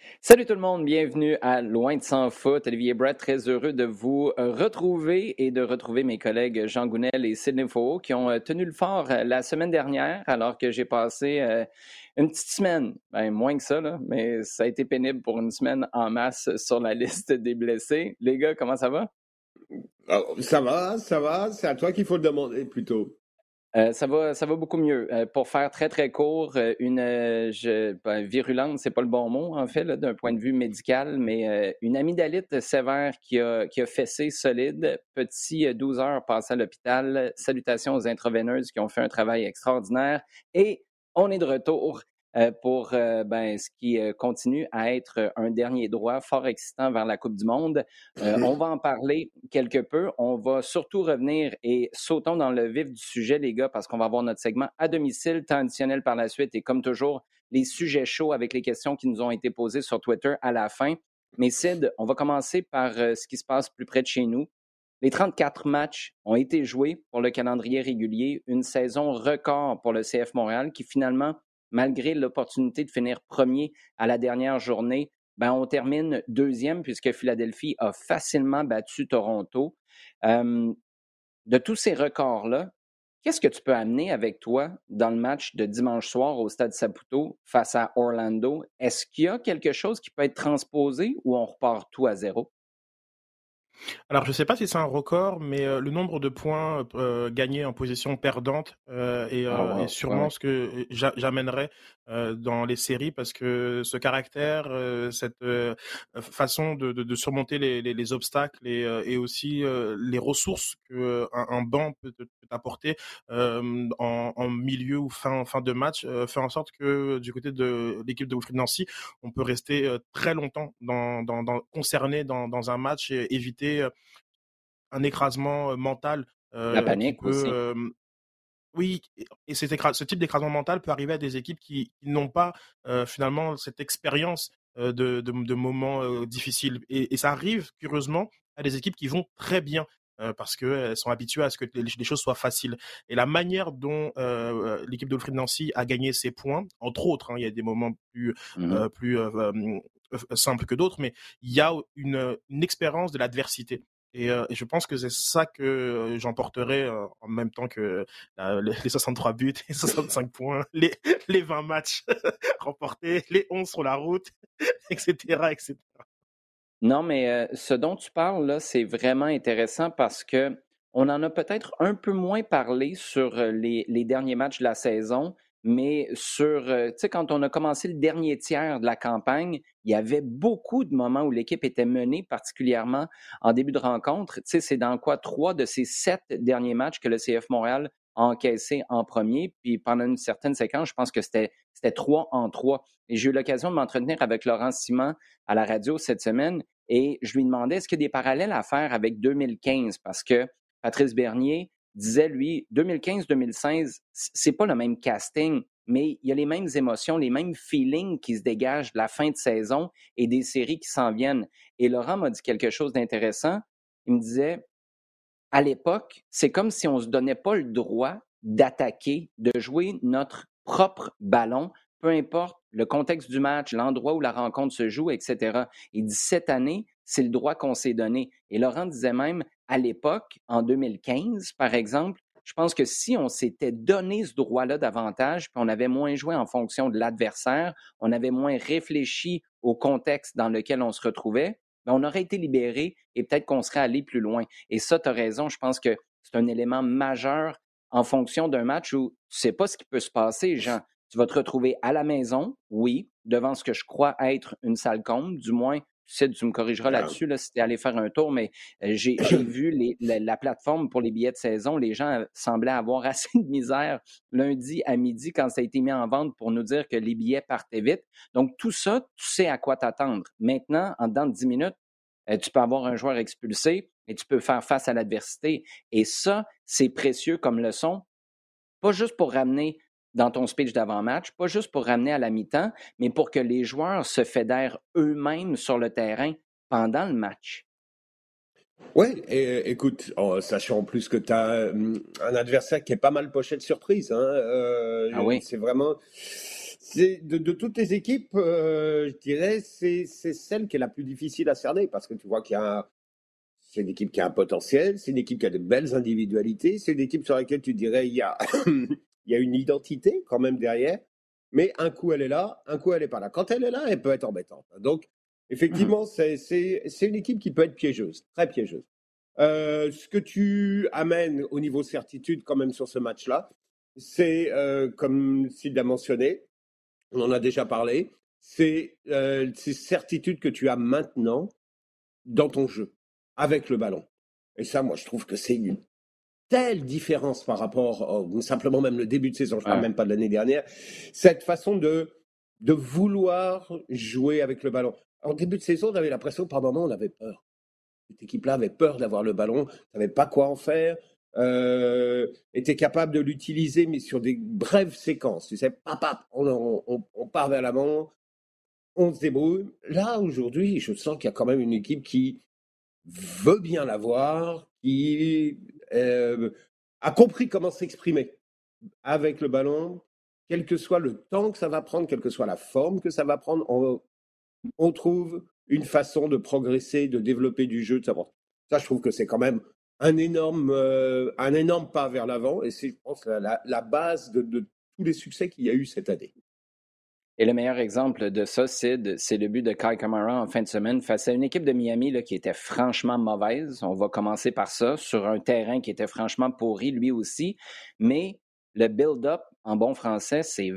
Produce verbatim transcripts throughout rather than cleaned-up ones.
Salut tout le monde, bienvenue à Loin de Sans Foot. Olivier Brett, très heureux de vous euh, retrouver et de retrouver mes collègues Jean Gounel et Sidney Faux qui ont euh, tenu le fort euh, la semaine dernière alors que j'ai passé euh, une petite semaine, ben, moins que ça, là, mais ça a été pénible pour une semaine en masse sur la liste des blessés. Les gars, comment ça va? Alors, ça va, ça va, c'est à toi qu'il faut le demander plutôt. Euh, ça va, ça va beaucoup mieux. Euh, pour faire très, très court, euh, une euh, je, ben, virulente, c'est pas le bon mot, en fait, là, d'un point de vue médical, mais euh, une amygdalite sévère qui a, qui a fessé solide. Petit euh, douze heures passé à l'hôpital. Salutations aux intraveineuses qui ont fait un travail extraordinaire. Et on est de retour euh, pour euh, ben, ce qui euh, continue à être un dernier droit fort excitant vers la Coupe du Monde. Euh, on va en parler quelque peu. On va surtout revenir et sautons dans le vif du sujet, les gars, parce qu'on va avoir notre segment à domicile, temps additionnel par la suite et comme toujours, les sujets chauds avec les questions qui nous ont été posées sur Twitter à la fin. Mais Sid, on va commencer par euh, ce qui se passe plus près de chez nous. Les trente-quatre matchs ont été joués pour le calendrier régulier, une saison record pour le C F Montréal qui finalement, malgré l'opportunité de finir premier à la dernière journée, ben, on termine deuxième puisque Philadelphie a facilement battu Toronto. Euh, de tous ces records-là, qu'est-ce que tu peux amener avec toi dans le match de dimanche soir au Stade Saputo face à Orlando? Est-ce qu'il y a quelque chose qui peut être transposé ou on repart tout à zéro? Alors, je ne sais pas si c'est un record, mais euh, le nombre de points euh, gagnés en position perdante euh, est, Ah, euh, est wow. Ouais, sûrement ouais. ce que j'a- j'amènerais euh, dans les séries parce que ce caractère, euh, cette euh, façon de, de, de surmonter les, les, les obstacles et, euh, et aussi euh, les ressources que un, un banc peut, peut apporter euh, en, en milieu ou fin, fin de match euh, fait en sorte que du côté de l'équipe de Wilfried Nancy, on peut rester euh, très longtemps dans, dans, dans, concerné dans, dans un match et éviter un écrasement euh, mental La euh, qui panique peut aussi. euh, oui, et cet écra- ce type d'écrasement mental peut arriver à des équipes qui, qui n'ont pas euh, finalement cette expérience euh, de, de, de moments euh, difficiles. Et, et ça arrive, curieusement, à des équipes qui vont très bien euh, parce qu'elles sont habituées à ce que les, les choses soient faciles. Et la manière dont euh, l'équipe de Wilfried Nancy a gagné ses points, entre autres, hein, il y a des moments plus, Mhm. euh, plus euh, euh, simples que d'autres, mais il y a une, une expérience de l'adversité. Et, euh, et je pense que c'est ça que j'emporterai euh, en même temps que euh, les soixante-trois buts, les soixante-cinq points, les, les vingt matchs remportés, les onze sur la route, et cetera, et cetera. Non, mais euh, ce dont tu parles là, c'est vraiment intéressant parce que on en a peut-être un peu moins parlé sur euh, les, les derniers matchs de la saison, mais sur, euh, tu sais, quand on a commencé le dernier tiers de la campagne, il y avait beaucoup de moments où l'équipe était menée, particulièrement en début de rencontre. Tu sais, c'est dans quoi trois de ces sept derniers matchs que le C F Montréal a encaissé en premier, puis pendant une certaine séquence, je pense que c'était c'était trois en trois. Et j'ai eu l'occasion de m'entretenir avec Laurent Simon à la radio cette semaine et je lui demandais est-ce qu'il y a des parallèles à faire avec deux mille quinze parce que Patrice Bernier disait lui deux mille quinze deux mille seize c'est pas le même casting mais il y a les mêmes émotions, les mêmes feelings qui se dégagent de la fin de saison et des séries qui s'en viennent. Et Laurent m'a dit quelque chose d'intéressant. Il me disait à l'époque, c'est comme si on ne se donnait pas le droit d'attaquer, de jouer notre propre ballon, peu importe le contexte du match, l'endroit où la rencontre se joue, et cetera. Il dit cette année, c'est le droit qu'on s'est donné. Et Laurent disait même, à l'époque, en deux mille quinze, par exemple, je pense que si on s'était donné ce droit-là davantage, puis on avait moins joué en fonction de l'adversaire, on avait moins réfléchi au contexte dans lequel on se retrouvait, bien, on aurait été libéré et peut-être qu'on serait allé plus loin. Et ça, tu as raison, je pense que c'est un élément majeur en fonction d'un match où tu ne sais pas ce qui peut se passer, Jean. Tu vas te retrouver à la maison, oui, devant ce que je crois être une salle comble, du moins, tu sais, tu me corrigeras Ah. là-dessus là, si tu es allé faire un tour, mais euh, j'ai, j'ai vu les, la, la plateforme pour les billets de saison. Les gens euh, semblaient avoir assez de misère lundi à midi quand ça a été mis en vente pour nous dire que les billets partaient vite. Donc, tout ça, tu sais à quoi t'attendre. Maintenant, en dedans de dix minutes, euh, tu peux avoir un joueur expulsé et tu peux faire face à l'adversité. Et ça, c'est précieux comme leçon, pas juste pour ramener dans ton speech d'avant-match, pas juste pour ramener à la mi-temps, mais pour que les joueurs se fédèrent eux-mêmes sur le terrain pendant le match. Ouais, et, écoute, en sachant en plus que tu as un adversaire qui est pas mal poché de surprise, hein, Ah euh, oui. c'est vraiment, c'est de, de toutes les équipes, euh, je dirais, c'est c'est celle qui est la plus difficile à cerner parce que tu vois qu'il y a un- c'est une équipe qui a un potentiel, c'est une équipe qui a de belles individualités, c'est une équipe sur laquelle tu dirais il y a il y a une identité quand même derrière, mais un coup elle est là, un coup elle est pas là. Quand elle est là, elle peut être embêtante. Donc Mhm. effectivement, c'est c'est c'est une équipe qui peut être piégeuse, très piégeuse. Euh, ce que tu amènes au niveau certitude quand même sur ce match-là, c'est euh, comme Sid a mentionné, on en a déjà parlé, c'est euh, ces certitudes que tu as maintenant dans ton jeu, avec le ballon. Et ça, moi, je trouve que c'est une telle différence par rapport au, simplement même le début de saison, je ne parle Ouais. même pas de l'année dernière, cette façon de, de vouloir jouer avec le ballon. En début de saison, on avait l'impression, par moments, on avait peur. Cette équipe-là avait peur d'avoir le ballon, ne savait pas quoi en faire, euh, était capable de l'utiliser, mais sur des brèves séquences. Tu sais, papa, on, on, on part vers l'avant, on se débrouille. Là, aujourd'hui, je sens qu'il y a quand même une équipe qui veut bien l'avoir, qui euh, a compris comment s'exprimer avec le ballon, quel que soit le temps que ça va prendre, quelle que soit la forme que ça va prendre, on, on trouve une façon de progresser, de développer du jeu, de savoir. Ça, je trouve que c'est quand même un énorme, euh, un énorme pas vers l'avant, et c'est, je pense, la, la, la base de, de tous les succès qu'il y a eu cette année. Et le meilleur exemple de ça, Sid, c'est le but de Kai Kamara en fin de semaine face à une équipe de Miami là, qui était franchement mauvaise. On va commencer par ça, sur un terrain qui était franchement pourri, lui aussi. Mais le build-up, en bon français, c'est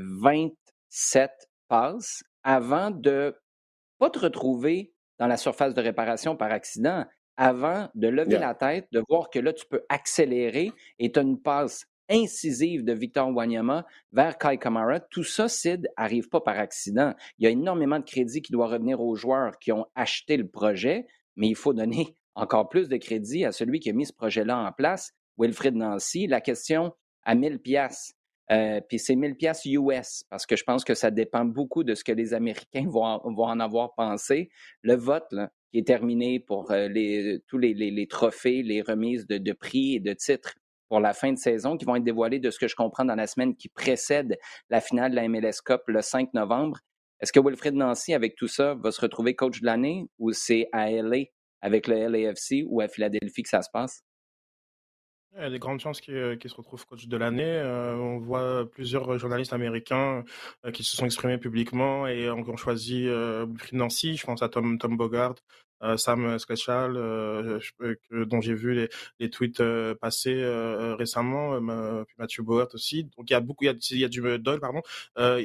vingt-sept passes avant de pas te retrouver dans la surface de réparation par accident, avant de lever Yeah. la tête, de voir que là, tu peux accélérer et tu as une passe incisive de Victor Wanyama vers Kai Kamara. Tout ça, Sid, n'arrive pas par accident. Il y a énormément de crédit qui doit revenir aux joueurs qui ont acheté le projet, mais il faut donner encore plus de crédit à celui qui a mis ce projet-là en place, Wilfried Nancy. La question à mille piastres. Euh, puis c'est mille piastres U S, parce que je pense que ça dépend beaucoup de ce que les Américains vont en, vont en avoir pensé. Le vote, là, qui est terminé pour euh, les, tous les, les, les trophées, les remises de, de prix et de titres pour la fin de saison, qui vont être dévoilés de ce que je comprends dans la semaine qui précède la finale de la M L S Cup le cinq novembre. Est-ce que Wilfried Nancy, avec tout ça, va se retrouver coach de l'année ou c'est à L A avec le L A F C ou à Philadelphie que ça se passe? Il y a des grandes chances qu'il, euh, qu'il se retrouve coach de l'année. Euh, on voit plusieurs journalistes américains euh, qui se sont exprimés publiquement et ont, ont choisi euh, Wilfried Nancy. Je pense à Tom, Tom Bogart, euh, Sam Sketchall, euh, je- euh, dont j'ai vu les, les tweets euh, passer euh, récemment, euh, puis Matthew Bogart aussi. Donc il y a beaucoup, il y a, il y a du Doyle, pardon. Euh,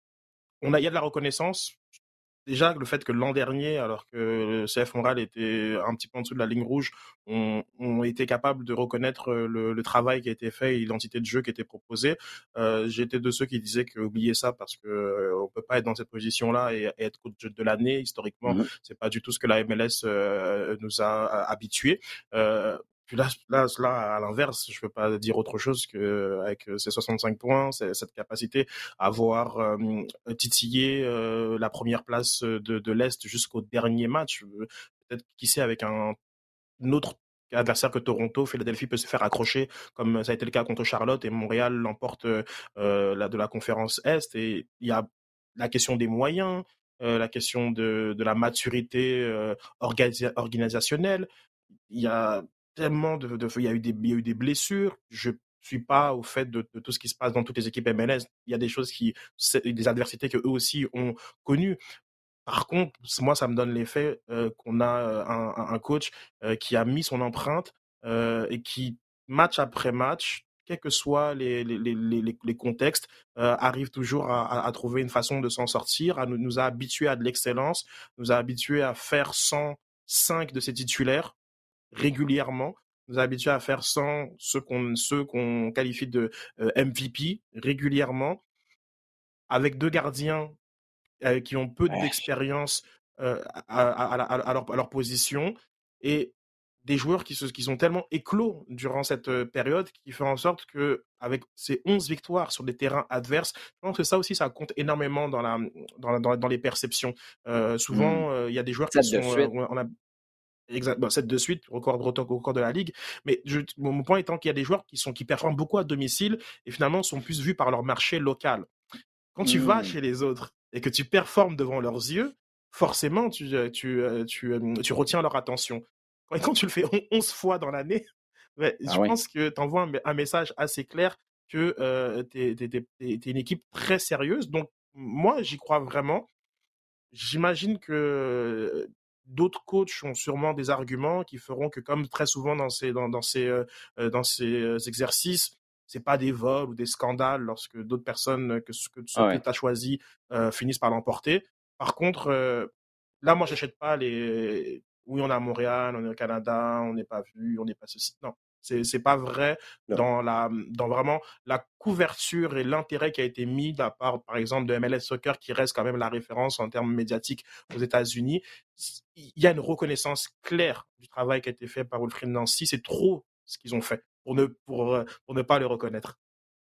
on a, il y a de la reconnaissance. Déjà, le fait que l'an dernier, alors que le C F Montréal était un petit peu en dessous de la ligne rouge, on, on était capable de reconnaître le, le travail qui a été fait et l'identité de jeu qui était proposée. Euh, j'étais de ceux qui disaient que oubliez ça parce que euh, on peut pas être dans cette position-là et, et être coach de l'année. Historiquement, Mm-hmm. c'est pas du tout ce que la M L S euh, nous a habitués. Euh, Puis là, là, là, à l'inverse, je peux pas dire autre chose que avec ces soixante-cinq points, cette capacité à avoir euh, titillé euh, la première place de, de l'Est jusqu'au dernier match. Peut-être qui sait avec un, un autre adversaire que Toronto, Philadelphie peut se faire accrocher comme ça a été le cas contre Charlotte et Montréal l'emporte euh, la, de la conférence Est. Et il y a la question des moyens, euh, la question de, de la maturité euh, organisa- organisationnelle. Il y a tellement de, de il y a eu des il y a eu des blessures. Je suis pas au fait de, de tout ce qui se passe dans toutes les équipes M L S. Il y a des choses qui des adversités que eux aussi ont connues. Par contre, moi, ça me donne l'effet euh, qu'on a euh, un, un coach euh, qui a mis son empreinte euh, et qui, match après match, quels que soient les, les, les, les, les contextes, euh, arrive toujours à, à, à trouver une façon de s'en sortir, à nous, nous a habitués à de l'excellence, nous a habitués à faire cent cinq de ses titulaires régulièrement, nous a habitués à faire cent ceux qu'on ceux qu'on qualifie de euh, M V P régulièrement, avec deux gardiens euh, qui ont peu Ouais. d'expérience euh, à, à, à, à, leur, à leur position et des joueurs qui, se, qui sont tellement éclos durant cette euh, période qui fait en sorte que avec ces onze victoires sur des terrains adverses, je pense que ça aussi ça compte énormément dans, la, dans, la, dans, dans les perceptions. Euh, Mm. souvent, il euh, y a des joueurs qui Sept de sont... Euh, suite. on a, Exact, bon, sept de suite, record, record, record de la ligue. Mais je, mon point étant qu'il y a des joueurs qui sont qui performent beaucoup à domicile et finalement sont plus vus par leur marché local. Quand tu vas Hmm. chez les autres et que tu performes devant leurs yeux, forcément, tu, euh, tu, euh, tu, euh, tu retiens leur attention. Et quand tu le fais on- onze fois dans l'année, ouais, Ah je oui. pense que tu envoies un, me- un message assez clair que euh, tu es une équipe très sérieuse. Donc, moi, j'y crois vraiment. J'imagine que d'autres coachs ont sûrement des arguments qui feront que, comme très souvent dans ces, dans, dans ces, euh, euh, dans ces euh, exercices, c'est pas des vols ou des scandales lorsque d'autres personnes euh, que, ce- que ceux Ah que ouais. tu as choisis euh, finissent par l'emporter. Par contre, euh, là, moi, j'achète pas les. Oui, on est à Montréal, on est au Canada, on n'est pas vu, on n'est pas ceci. Non, c'est c'est pas vrai Non. dans la dans vraiment la couverture et l'intérêt qui a été mis de la part, par exemple, de M L S Soccer, qui reste quand même la référence en termes médiatiques aux États-Unis. Il y a une reconnaissance claire du travail qui a été fait par Wilfried Nancy. C'est trop ce qu'ils ont fait pour ne pour euh, pour ne pas le reconnaître.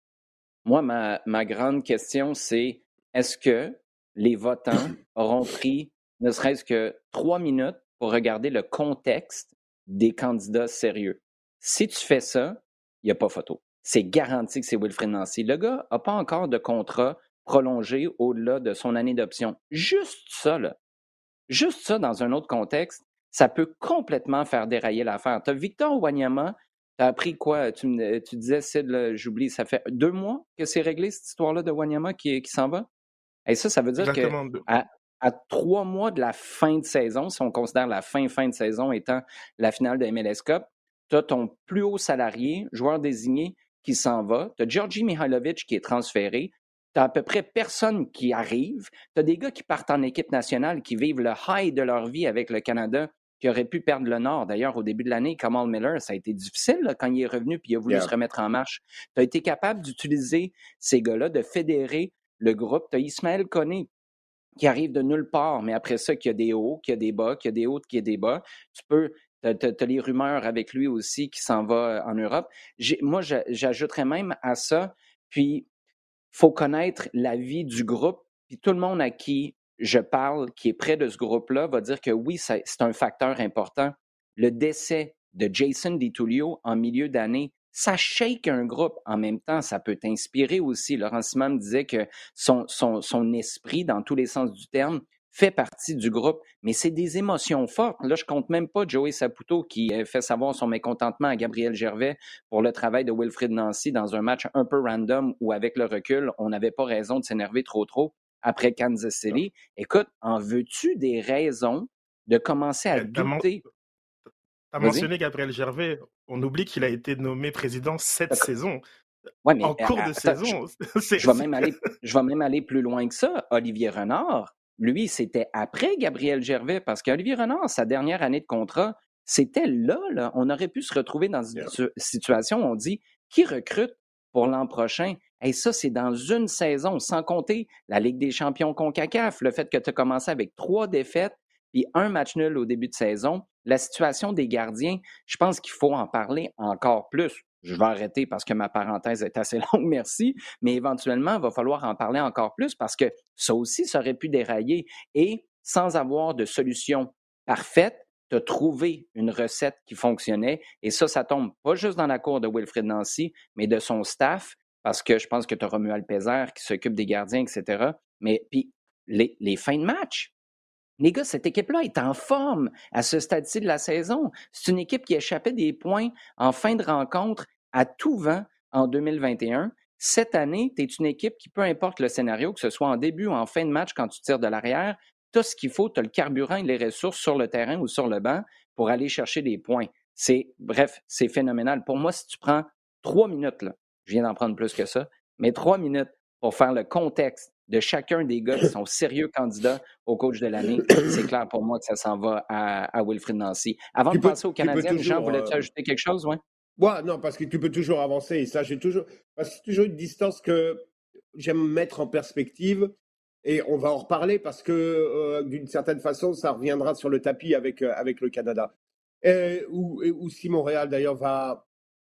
Moi, ma, ma grande question, c'est est-ce que les votants auront pris ne serait-ce que trois minutes pour regarder le contexte des candidats sérieux? Si tu fais ça, il n'y a pas photo. C'est garanti que c'est Wilfried Nancy. Le gars n'a pas encore de contrat prolongé au-delà de son année d'option. Juste ça, là. Juste ça, dans un autre contexte, ça peut complètement faire dérailler l'affaire. Tu as Victor Wanyama, tu as appris quoi? Tu, me, tu disais, Sid, là, j'oublie, ça fait deux mois que c'est réglé, cette histoire-là de Wanyama qui, qui s'en va? Et ça, ça veut dire que Exactement. à, à trois mois de la fin de saison, si on considère la fin, fin de saison étant la finale de M L S Cup, tu as ton plus haut salarié, joueur désigné, qui s'en va. Tu as Georgi Mihailovic qui est transféré. Tu as à peu près personne qui arrive. Tu as des gars qui partent en équipe nationale, qui vivent le high de leur vie avec le Canada, qui auraient pu perdre le Nord. D'ailleurs, au début de l'année, Kamal Miller, ça a été difficile là, quand il est revenu puis il a voulu Yeah. se remettre en marche. Tu as été capable d'utiliser ces gars-là, de fédérer le groupe. Tu as Ismaël Koné qui arrive de nulle part, mais après ça, qu'il y a des hauts, qu'il y a des bas, qu'il y a des hauts, qu'il y a des bas. Tu peux, tu as les rumeurs avec lui aussi qui s'en va en Europe. J'ai, moi, je- j'ajouterais même à ça, puis il faut connaître la vie du groupe, puis tout le monde à qui je parle, qui est près de ce groupe-là, va dire que oui, ça- c'est un facteur important. Le décès de Jason DiTullio en milieu d'année, ça shake un groupe. En même temps, ça peut t'inspirer aussi. Laurent Simon me disait que son, son, son esprit, dans tous les sens du terme, fait partie du groupe, mais c'est des émotions fortes. Là, je compte même pas Joey Saputo qui euh, fait savoir son mécontentement à Gabriel Gervais pour le travail de Wilfried Nancy dans un match un peu random où, avec le recul, on n'avait pas raison de s'énerver trop trop après Kansas Non. City. Écoute, en veux-tu des raisons de commencer à Eh, T'as men- douter? t'as Vas-y. mentionné Gabriel Gervais. On oublie qu'il a été nommé président cette saison. Oui, mais En euh, cours de attends, je, saison. C'est, je vais c'est- même aller, je vais même aller plus loin que ça. Olivier Renard, lui, c'était après Gabriel Gervais, parce qu'Olivier Renard, sa dernière année de contrat, c'était là, là. On aurait pu se retrouver dans une Yeah. situ- situation où on dit qui recrute pour l'an prochain. Et ça, c'est dans une saison, sans compter la Ligue des champions CONCACAF, le fait que tu as commencé avec trois défaites puis un match nul au début de saison. La situation des gardiens, je pense qu'il faut en parler encore plus. Je vais arrêter parce que ma parenthèse est assez longue, merci, mais éventuellement, il va falloir en parler encore plus parce que ça aussi, ça aurait pu dérailler. Et sans avoir de solution parfaite, tu as trouvé une recette qui fonctionnait. Et ça, ça tombe pas juste dans la cour de Wilfried Nancy, mais de son staff, parce que je pense que tu as Romuald Pézère qui s'occupe des gardiens, et cetera. Mais puis, les, les fins de match, les gars, cette équipe-là est en forme à ce stade-ci de la saison. C'est une équipe qui échappait des points en fin de rencontre à tout vent en deux mille vingt et un. Cette année, tu es une équipe qui, peu importe le scénario, que ce soit en début ou en fin de match quand tu tires de l'arrière, tu as ce qu'il faut, tu as le carburant et les ressources sur le terrain ou sur le banc pour aller chercher des points. C'est, bref, c'est phénoménal. Pour moi, si tu prends trois minutes, là, je viens d'en prendre plus que ça, mais trois minutes pour faire le contexte de chacun des gars qui sont sérieux candidats au coach de l'année, c'est clair pour moi que ça s'en va à, à Wilfried Nancy. Avant Tu de peux, passer aux tu peux Canadiens, Jean, toujours. voulais-tu euh, ajouter quelque chose? Ouais? Ouais, non, parce que tu peux toujours avancer. Et ça, j'ai toujours. Parce que c'est toujours une distance que j'aime mettre en perspective. Et on va en reparler parce que, euh, d'une certaine façon, ça reviendra sur le tapis avec, euh, avec le Canada. Et, ou, et- ou si Montréal, d'ailleurs, va,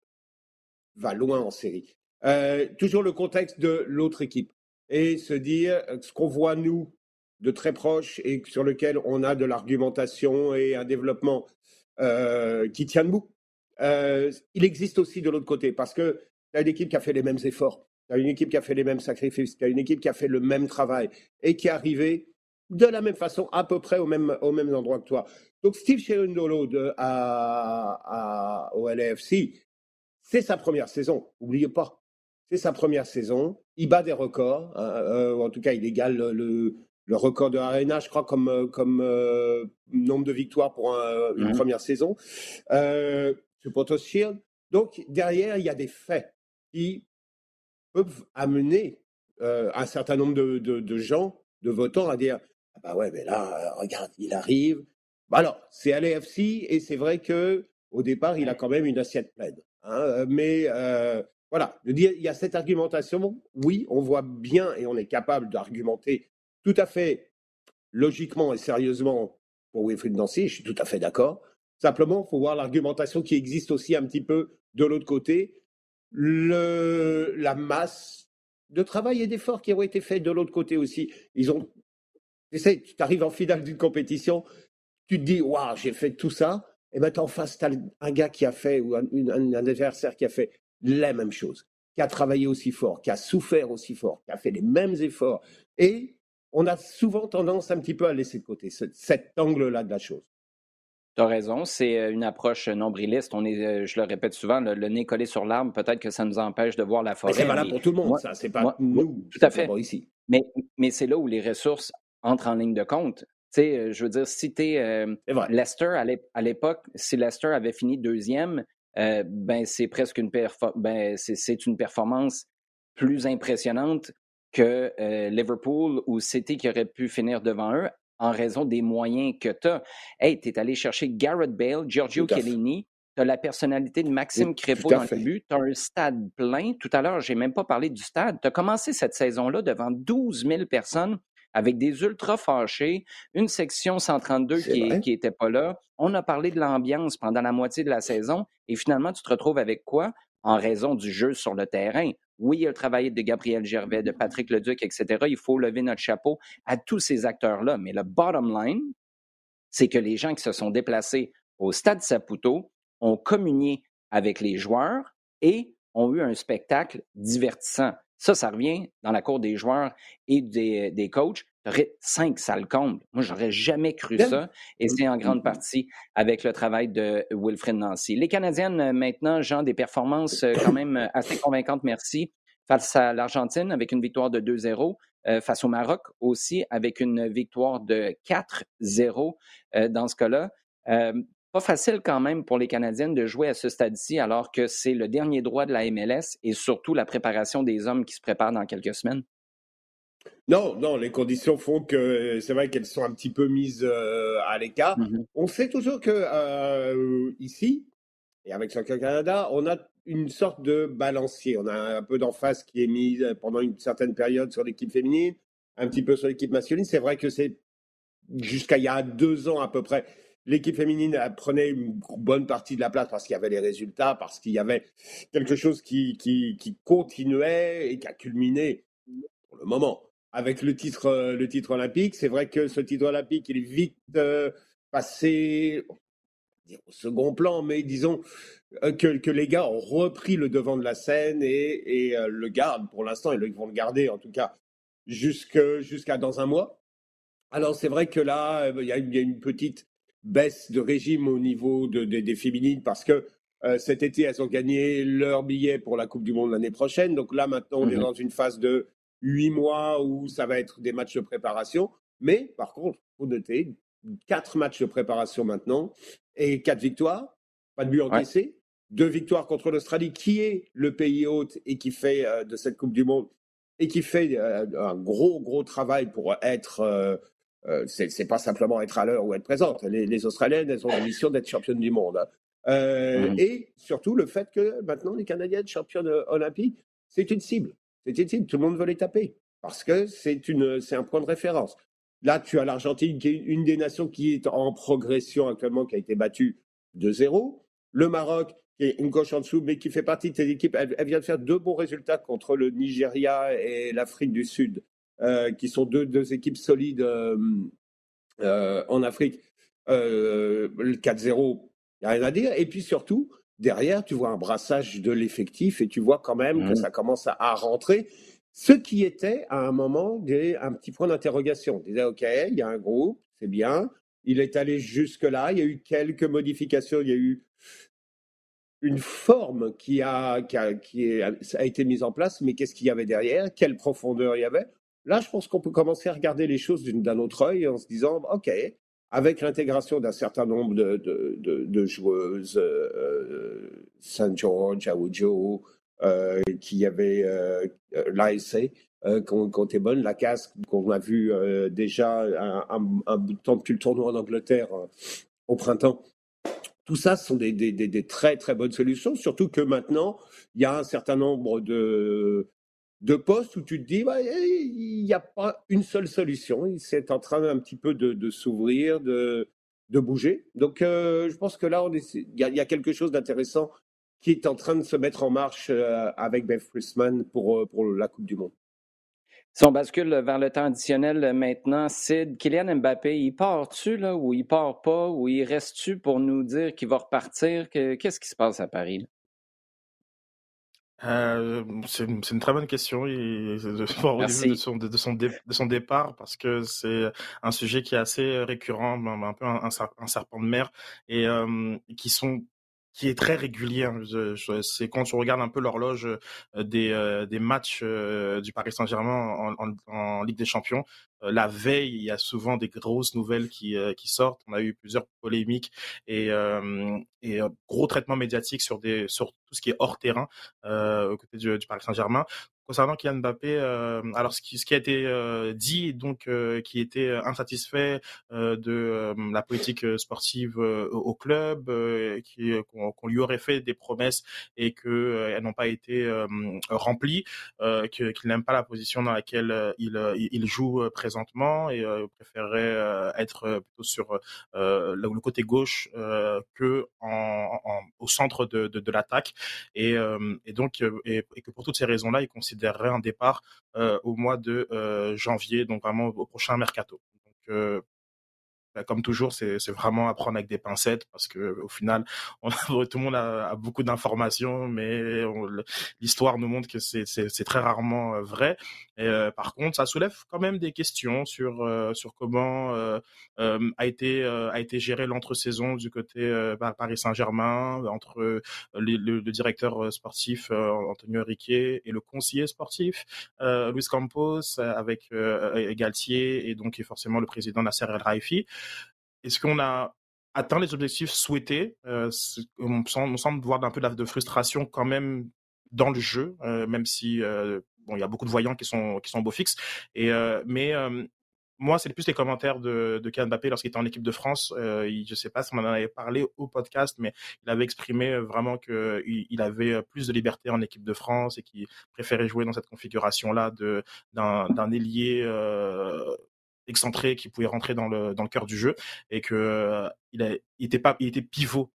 va loin en série. Euh, toujours le contexte de l'autre équipe. Et se dire euh, ce qu'on voit, nous, de très proche et sur lequel on a de l'argumentation et un développement euh, qui tient debout. Euh, il existe aussi de l'autre côté parce que tu as une équipe qui a fait les mêmes efforts. tu as une équipe qui a fait les mêmes sacrifices, tu as une équipe qui a fait le même travail et qui est arrivée de la même façon, à peu près au même, au même endroit que toi. Donc Steve Cherundolo de, à, à, au L A F C, c'est sa première saison, n'oubliez pas. C'est sa première saison, il bat des records, hein, euh, en tout cas il égale le, le, le record de Arena, je crois, comme, comme euh, nombre de victoires pour un, une Mhm. première saison. Euh, Supporters Shield. Donc derrière, il y a des faits qui peuvent amener euh, un certain nombre de, de, de gens, de votants, à dire ah bah ouais, mais là, euh, regarde, il arrive. Bah alors, c'est à l'A F C et c'est vrai que au départ, il a quand même une assiette pleine. Hein, mais euh, voilà, de dire, il y a cette argumentation. Oui, on voit bien et on est capable d'argumenter tout à fait logiquement et sérieusement pour Wilfried Nancy. Je suis tout à fait d'accord. Simplement, il faut voir l'argumentation qui existe aussi un petit peu de l'autre côté. Le, la masse de travail et d'efforts qui ont été faits de l'autre côté aussi. Ils ont, tu sais, tu arrives en finale d'une compétition, tu te dis, waouh, j'ai fait tout ça, et maintenant en face, tu as un gars qui a fait, ou un, un, un adversaire qui a fait la même chose, qui a travaillé aussi fort, qui a souffert aussi fort, qui a fait les mêmes efforts. Et on a souvent tendance un petit peu à laisser de côté ce, cet angle-là de la chose. Tu as raison, c'est une approche nombriliste. On est, je le répète souvent, le, le nez collé sur l'arbre, peut-être que ça nous empêche de voir la Mais forêt. c'est valable mais pour tout le monde, moi, ça. C'est pas moi, nous, tout à fait. simplement ici. Mais, mais c'est là où les ressources entrent en ligne de compte. Tu sais, je veux dire, si tu es euh, Leicester à l'ép- à l'époque, si Leicester avait fini deuxième, euh, ben c'est presque une, perfo- ben, c'est, c'est une performance plus impressionnante que euh, Liverpool ou City qui aurait pu finir devant eux en raison des moyens que tu as. Hey, tu es allé chercher Gareth Bale, Giorgio Chiellini, tu as la personnalité de Maxime Crépeau dans le but, tu as un stade plein. Tout à l'heure, je n'ai même pas parlé du stade. Tu as commencé cette saison-là devant douze mille personnes avec des ultras fâchés, une section cent trente-deux C'est qui vrai. n'était pas là. On a parlé de l'ambiance pendant la moitié de la saison et finalement, tu te retrouves avec quoi? En raison du jeu sur le terrain. Oui, il y a le travail de Gabriel Gervais, de Patrick Leduc, et cetera. Il faut lever notre chapeau à tous ces acteurs-là. Mais le bottom line, c'est que les gens qui se sont déplacés au Stade Saputo ont communié avec les joueurs et ont eu un spectacle divertissant. Ça, ça revient dans la cour des joueurs et des, des coachs. Tu aurais cinq salles combles. Moi, j'aurais jamais cru ça. Et c'est en grande partie avec le travail de Wilfried Nancy. Les Canadiennes, maintenant, Jean, des performances quand même assez convaincantes, merci, face à l'Argentine avec une victoire de deux zéro. Euh, face au Maroc aussi avec une victoire de quatre zéro euh, dans ce cas-là. Euh, pas facile quand même pour les Canadiennes de jouer à ce stade-ci alors que c'est le dernier droit de la M L S et surtout la préparation des hommes qui se préparent dans quelques semaines. Non, non, les conditions font que c'est vrai qu'elles sont un petit peu mises euh, à l'écart. Mm-hmm. On sait toujours que euh, ici, et avec Soccer Canada, on a une sorte de balancier. On a un peu d'emphase qui est mise pendant une certaine période sur l'équipe féminine, un petit peu sur l'équipe masculine. C'est vrai que c'est jusqu'à il y a deux ans à peu près. L'équipe féminine prenait une bonne partie de la place parce qu'il y avait les résultats, parce qu'il y avait quelque chose qui, qui, qui continuait et qui a culminé pour le moment avec le titre, le titre olympique. C'est vrai que ce titre olympique, il est vite euh, passé au second plan, mais disons euh, que, que les gars ont repris le devant de la scène et, et euh, le gardent pour l'instant, et ils vont le garder en tout cas jusque, jusqu'à dans un mois. Alors c'est vrai que là, il y, y a une petite baisse de régime au niveau de, de, des féminines parce que euh, cet été, elles ont gagné leur billet pour la Coupe du Monde l'année prochaine. Donc là, maintenant, on mm-hmm. est dans une phase de huit mois où ça va être des matchs de préparation. Mais par contre, il faut noter, quatre matchs de préparation maintenant et quatre victoires, pas de but encaissé. Ouais. Deux victoires contre l'Australie, qui est le pays hôte et qui fait euh, de cette Coupe du Monde et qui fait euh, un gros, gros travail pour être... Euh, Euh, c'est, c'est pas simplement être à l'heure ou être présente. Les, les Australiennes, elles ont la mission d'être championnes du monde. Hein. Euh, mmh. Et surtout le fait que maintenant les Canadiennes championnes olympiques, c'est une cible. C'est une cible. Tout le monde veut les taper parce que c'est une, c'est un point de référence. Là, tu as l'Argentine qui est une des nations qui est en progression actuellement, qui a été battue deux zéro. Le Maroc qui est une coche en dessous, mais qui fait partie de cette équipe. Elle, elle vient de faire deux bons résultats contre le Nigeria et l'Afrique du Sud. Euh, qui sont deux, deux équipes solides euh, euh, en Afrique. Euh, le quatre zéro, il n'y a rien à dire. Et puis surtout, derrière, tu vois un brassage de l'effectif et tu vois quand même que Mhm. ça commence à, à rentrer. Ce qui était à un moment des, un petit point d'interrogation. On disait, OK, il y a un groupe, c'est bien. Il est allé jusque-là. Il y a eu quelques modifications. Il y a eu une forme qui a, qui a, qui est- a été mise en place, mais qu'est-ce qu'il y avait derrière? Quelle profondeur il y avait? Là, je pense qu'on peut commencer à regarder les choses d'une- d'un autre œil en se disant, OK, avec l'intégration d'un certain nombre de, de, de, de joueuses, euh, Saint George, Awujo, euh, qui avait euh, l'A S C, euh, qu'on qu'on était bonne, la casque qu'on a vu euh, déjà un, un, un bout de temps depuis le tournoi en Angleterre euh, au printemps. Tout ça, ce sont des, des, des, des très très bonnes solutions, surtout que maintenant, il y a un certain nombre de, de postes où tu te dis, bah, il n'y a pas une seule solution, c'est en train un petit peu de, de s'ouvrir, de, de bouger. Donc, euh, je pense que là, on est- il y, a, il y a quelque chose d'intéressant qui est en train de se mettre en marche euh, avec Bev Friesman pour, euh, pour la Coupe du Monde. Si on bascule vers le temps additionnel euh, maintenant, Sid, Kylian Mbappé, il part-tu là, ou il part pas, ou il reste-tu pour nous dire qu'il va repartir? Que- Qu'est-ce qui se passe à Paris, là? Euh, c'est une, c'est une très bonne question et c'est de- au niveau de Merci. son, de, de son, dé- de son départ parce que c'est un sujet qui est assez récurrent, un, un peu un, un ser- un serpent de mer et euh, qui sont qui est très régulier. hein. Je- je- c'est quand tu regardes un peu l'horloge euh, des, euh, des matchs euh, du Paris Saint-Germain en, en, en Ligue des Champions. euh, la veille, il y a souvent des grosses nouvelles qui, euh, qui sortent. On a eu plusieurs polémiques et, euh, et euh, gros traitements médiatiques sur, des, sur tout ce qui est hors terrain euh, aux côtés du, du Paris Saint-Germain. Concernant Kylian Mbappé, euh, alors ce qui, ce qui a été euh, dit, donc euh, qui était insatisfait euh, de euh, la politique euh, sportive euh, au club, euh, qui, qu'on, qu'on lui aurait fait des promesses et que euh, elles n'ont pas été euh, remplies, euh, que, qu'il n'aime pas la position dans laquelle euh, il, il joue euh, présentement et euh, préférerait euh, être plutôt sur euh, le, le côté gauche euh, que en, en, au centre de, de, de l'attaque. Et, euh, et donc, euh, et, et que pour toutes ces raisons-là, il considérerait un départ euh, au mois de euh, janvier, donc vraiment au prochain mercato. Donc, euh, bah, comme toujours, c'est, c'est vraiment à prendre avec des pincettes parce que au final, on a, tout le monde a, a beaucoup d'informations, mais on, l'histoire nous montre que c'est, c'est, c'est très rarement euh, vrai. Et, euh, par contre, ça soulève quand même des questions sur euh, sur comment euh, euh, a été euh, a été géré l'entre-saison du côté euh, Paris Saint-Germain entre euh, le, le, le directeur sportif euh, Antonio Riquet et le conseiller sportif euh, Luis Campos avec euh, Galtier et donc et forcément le président Nasser El Raifi. Est-ce qu'on a atteint les objectifs souhaités euh, on, semble, on semble voir un peu de, de frustration quand même dans le jeu, euh, même si euh, bon, il y a beaucoup de voyants qui sont qui sont beau fixes. Et euh, mais euh, moi, c'est plus les commentaires de, de Kylian Mbappé lorsqu'il était en équipe de France. Euh, il, je sais pas si on en avait parlé au podcast, mais il avait exprimé vraiment que il, il avait plus de liberté en équipe de France et qu'il préférait jouer dans cette configuration-là de d'un, d'un ailier euh, excentré qui pouvait rentrer dans le dans le cœur du jeu et que euh, il, a, il était pas il était pivot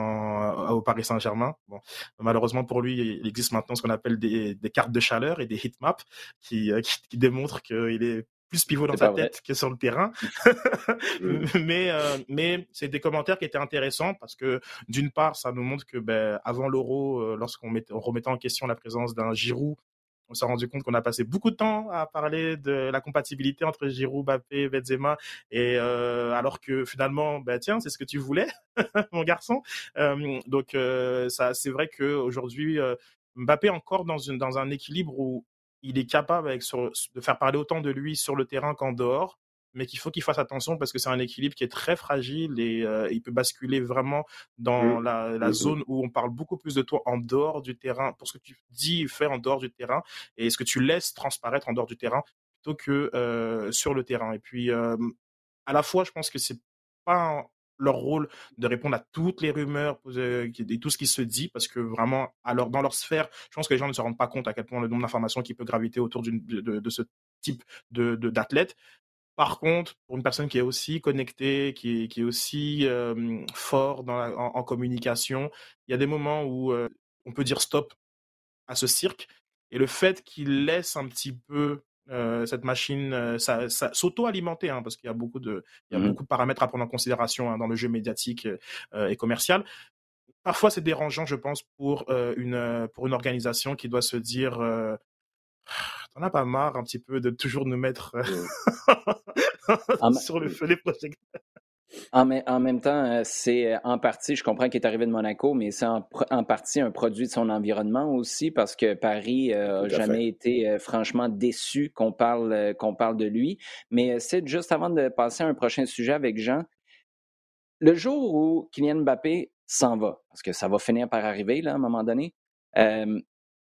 en, au Paris Saint-Germain. Bon, malheureusement pour lui, il existe maintenant ce qu'on appelle des, des cartes de chaleur et des heat maps qui, euh, qui, qui démontrent qu'il est plus pivot dans C'est sa pas vrai. tête que sur le terrain. Mm. mais euh, mais c'est des commentaires qui étaient intéressants parce que d'une part, ça nous montre que ben, avant l'Euro, euh, lorsqu'on mettait, on remettait en question la présence d'un Giroud, on s'est rendu compte qu'on a passé beaucoup de temps à parler de la compatibilité entre Giroud, Mbappé, Benzema, et euh, alors que finalement, bah tiens, c'est ce que tu voulais, mon garçon. Euh, donc euh, ça, c'est vrai qu'aujourd'hui, euh, Mbappé est encore dans une dans un équilibre où il est capable avec sur, de faire parler autant de lui sur le terrain qu'en dehors, mais qu'il faut qu'il fasse attention parce que c'est un équilibre qui est très fragile et euh, il peut basculer vraiment dans Mm. la, la Mm. zone où on parle beaucoup plus de toi en dehors du terrain, pour ce que tu dis et fais en dehors du terrain, et ce que tu laisses transparaître en dehors du terrain plutôt que euh, sur le terrain. Et puis, euh, à la fois, je pense que c'est pas un, leur rôle de répondre à toutes les rumeurs euh, et tout ce qui se dit, parce que vraiment, alors dans leur sphère, je pense que les gens ne se rendent pas compte à quel point le nombre d'informations qui peut graviter autour d'une, de, de, de ce type de, de, d'athlète. Par contre, pour une personne qui est aussi connectée, qui est, qui est aussi euh, fort dans la, en, en communication, il y a des moments où euh, on peut dire stop à ce cirque. Et le fait qu'il laisse un petit peu euh, cette machine euh, ça, ça, s'auto-alimenter, hein, parce qu'il y a beaucoup de, il y a Mhm. beaucoup de paramètres à prendre en considération hein, dans le jeu médiatique euh, et commercial. parfois c'est dérangeant, je pense, pour euh, une pour une organisation qui doit se dire euh, t'en as pas marre un petit peu de toujours nous mettre En, sur le feu des projecteurs. En, mê- en même temps, euh, c'est euh, en partie, je comprends qu'il est arrivé de Monaco, mais c'est en, pr- en partie un produit de son environnement aussi, parce que Paris n'a Tout à jamais fait. été euh, franchement déçu qu'on parle, euh, qu'on parle de lui. Mais euh, c'est juste avant de passer à un prochain sujet avec Jean, le jour où Kylian Mbappé s'en va, parce que ça va finir par arriver là, à un moment donné, euh,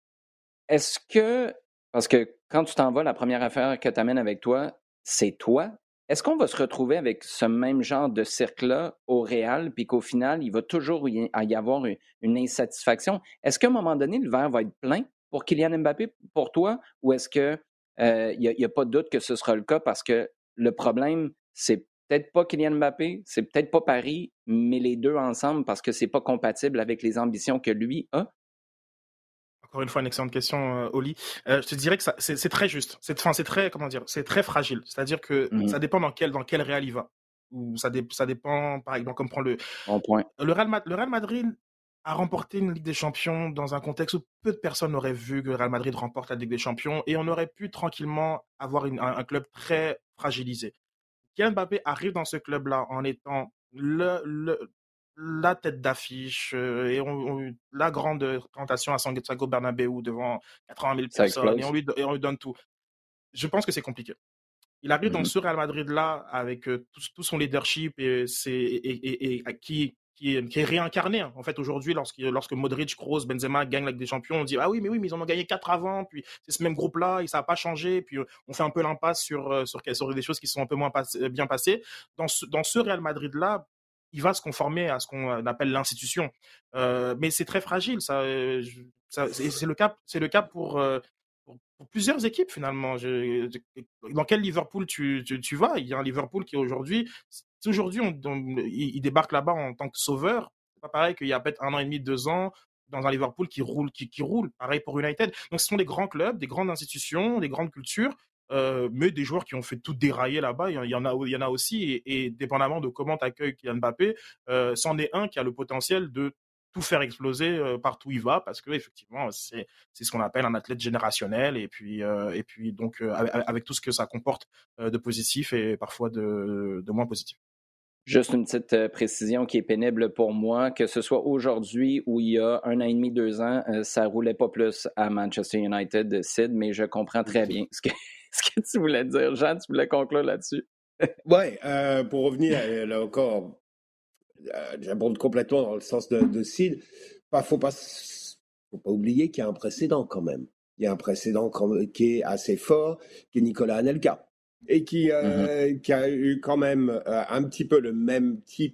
est-ce que, parce que quand tu t'en vas, la première affaire que tu amènes avec toi, c'est toi. Est-ce qu'on va se retrouver avec ce même genre de cercle-là au Real, puis qu'au final, il va toujours y y avoir une, une insatisfaction? Est-ce qu'à un moment donné, le verre va être plein pour Kylian Mbappé, pour toi, ou est-ce que euh, il n'y a, a pas de doute que ce sera le cas parce que le problème, c'est peut-être pas Kylian Mbappé, c'est peut-être pas Paris, mais les deux ensemble parce que c'est pas compatible avec les ambitions que lui a? Encore une fois, une excellente question, euh, Oli. Euh, je te dirais que ça, c'est, c'est très juste. C'est, enfin, c'est très, comment dire, c'est très fragile. C'est-à-dire que Mhm. ça dépend dans quel, dans quel Real il va. Ou ça, dé, ça dépend, par exemple, comme prend le, Bon point. le Real, Ma- le Real Madrid a remporté une Ligue des Champions dans un contexte où peu de personnes auraient vu que le Real Madrid remporte la Ligue des Champions et on aurait pu tranquillement avoir une- un, un club très fragilisé. Kylian Mbappé arrive dans ce club-là en étant le, le- la tête d'affiche euh, et on, on- la grande présentation à Santiago Bernabéu devant quatre-vingt mille Ça personnes et on, explose. lui, et on lui donne tout. Je pense que c'est compliqué. Il arrive dans Mhm. ce Real Madrid-là avec euh, tout, tout son leadership et, c'est, et, et, et, et qui, qui, est, qui est réincarné. Hein. En fait, aujourd'hui, lorsque, lorsque Modric, Kroos, Benzema gagnent la Ligue des Champions, on dit ah oui, mais oui, mais ils en ont gagné quatre avant, puis c'est ce même groupe-là, et ça n'a pas changé, puis euh, on fait un peu l'impasse sur, euh, sur, sur des choses qui sont un peu moins pass- bien passées. Dans ce, dans ce Real Madrid-là, il va se conformer à ce qu'on appelle l'institution. Euh, mais c'est très fragile, ça. euh, je- ça c'est, c'est le cas, c'est le cas pour, euh, pour, pour plusieurs équipes finalement. Je- je- dans quel Liverpool tu, tu, tu vas? Il y a un Liverpool qui aujourd'hui, si aujourd'hui on, on- il, il débarque là-bas en tant que sauveur. C'est pas pareil qu'il y a peut-être un an et demi, deux ans dans un Liverpool qui roule, qui, qui roule. Pareil pour United. Donc ce sont des grands clubs, des grandes institutions, des grandes cultures. Euh, mais des joueurs qui ont fait tout dérailler là-bas, il y en a, il y en a aussi, et, et dépendamment de comment t'accueilles Kylian Mbappé, euh, c'en est un qui a le potentiel de tout faire exploser euh, partout où il va, parce que effectivement, c'est c'est ce qu'on appelle un athlète générationnel, et puis euh, et puis donc euh, avec, avec tout ce que ça comporte euh, de positif et parfois de, de moins positif. Juste une petite euh, précision qui est pénible pour moi, que ce soit aujourd'hui ou il y a un an et demi, deux ans, euh, ça roulait pas plus à Manchester United, Sid, mais je comprends très bien ce que, ce que tu voulais dire. Jean, tu voulais conclure là-dessus? Ouais, euh, pour revenir, euh, là encore, euh, j'abonde complètement dans le sens de, de Sid. Pas, faut pas, s- faut pas oublier qu'il y a un précédent quand même. Il y a un précédent quand- qui est assez fort, qui est Nicolas Anelka, et qui, Mhm. euh, qui a eu quand même euh, un petit peu le même type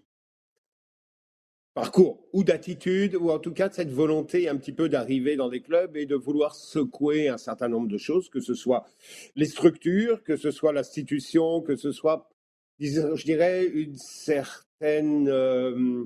parcours ou d'attitude, ou en tout cas de cette volonté un petit peu d'arriver dans des clubs et de vouloir secouer un certain nombre de choses, que ce soit les structures, que ce soit l'institution, que ce soit, disons, je dirais, une certaine, euh,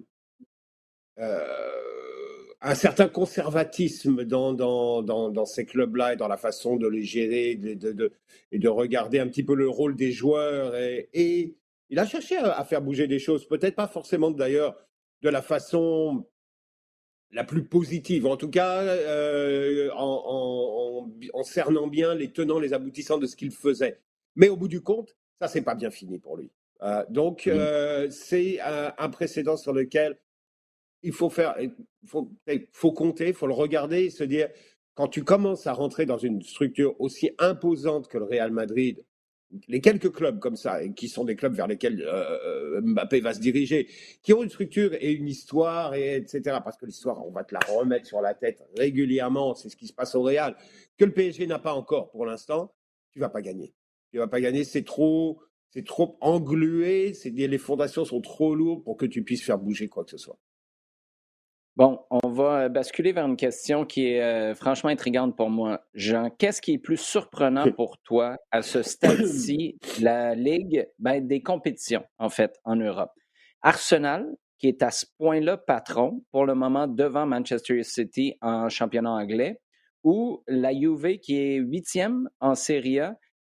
euh, un certain conservatisme dans, dans, dans, dans ces clubs-là et dans la façon de les gérer de, de, de, et de regarder un petit peu le rôle des joueurs. Et, et il a cherché à, à faire bouger des choses, peut-être pas forcément d'ailleurs de la façon la plus positive, en tout cas euh, en, en, en, cernant bien les tenants, les aboutissants de ce qu'il faisait. Mais au bout du compte, ça, c'est pas bien fini pour lui. Euh, donc, Mhm. euh, c'est un, un précédent sur lequel il faut faire, il faut, il faut compter, il faut le regarder et se dire, quand tu commences à rentrer dans une structure aussi imposante que le Real Madrid, les quelques clubs comme ça, qui sont des clubs vers lesquels euh, Mbappé va se diriger, qui ont une structure et une histoire, et etc. Parce que l'histoire, on va te la remettre sur la tête régulièrement, c'est ce qui se passe au Real, que le P S G n'a pas encore pour l'instant, tu vas pas gagner. Tu vas pas gagner, c'est trop, c'est trop englué, c'est, les fondations sont trop lourdes pour que tu puisses faire bouger quoi que ce soit. Bon, on va basculer vers une question qui est euh, franchement intrigante pour moi. Jean, qu'est-ce qui est plus surprenant pour toi à ce stade-ci de la Ligue, ben, des compétitions, en fait, en Europe? Arsenal, qui est à ce point-là patron pour le moment devant Manchester City en championnat anglais, ou la Juve, qui est huitième en Serie A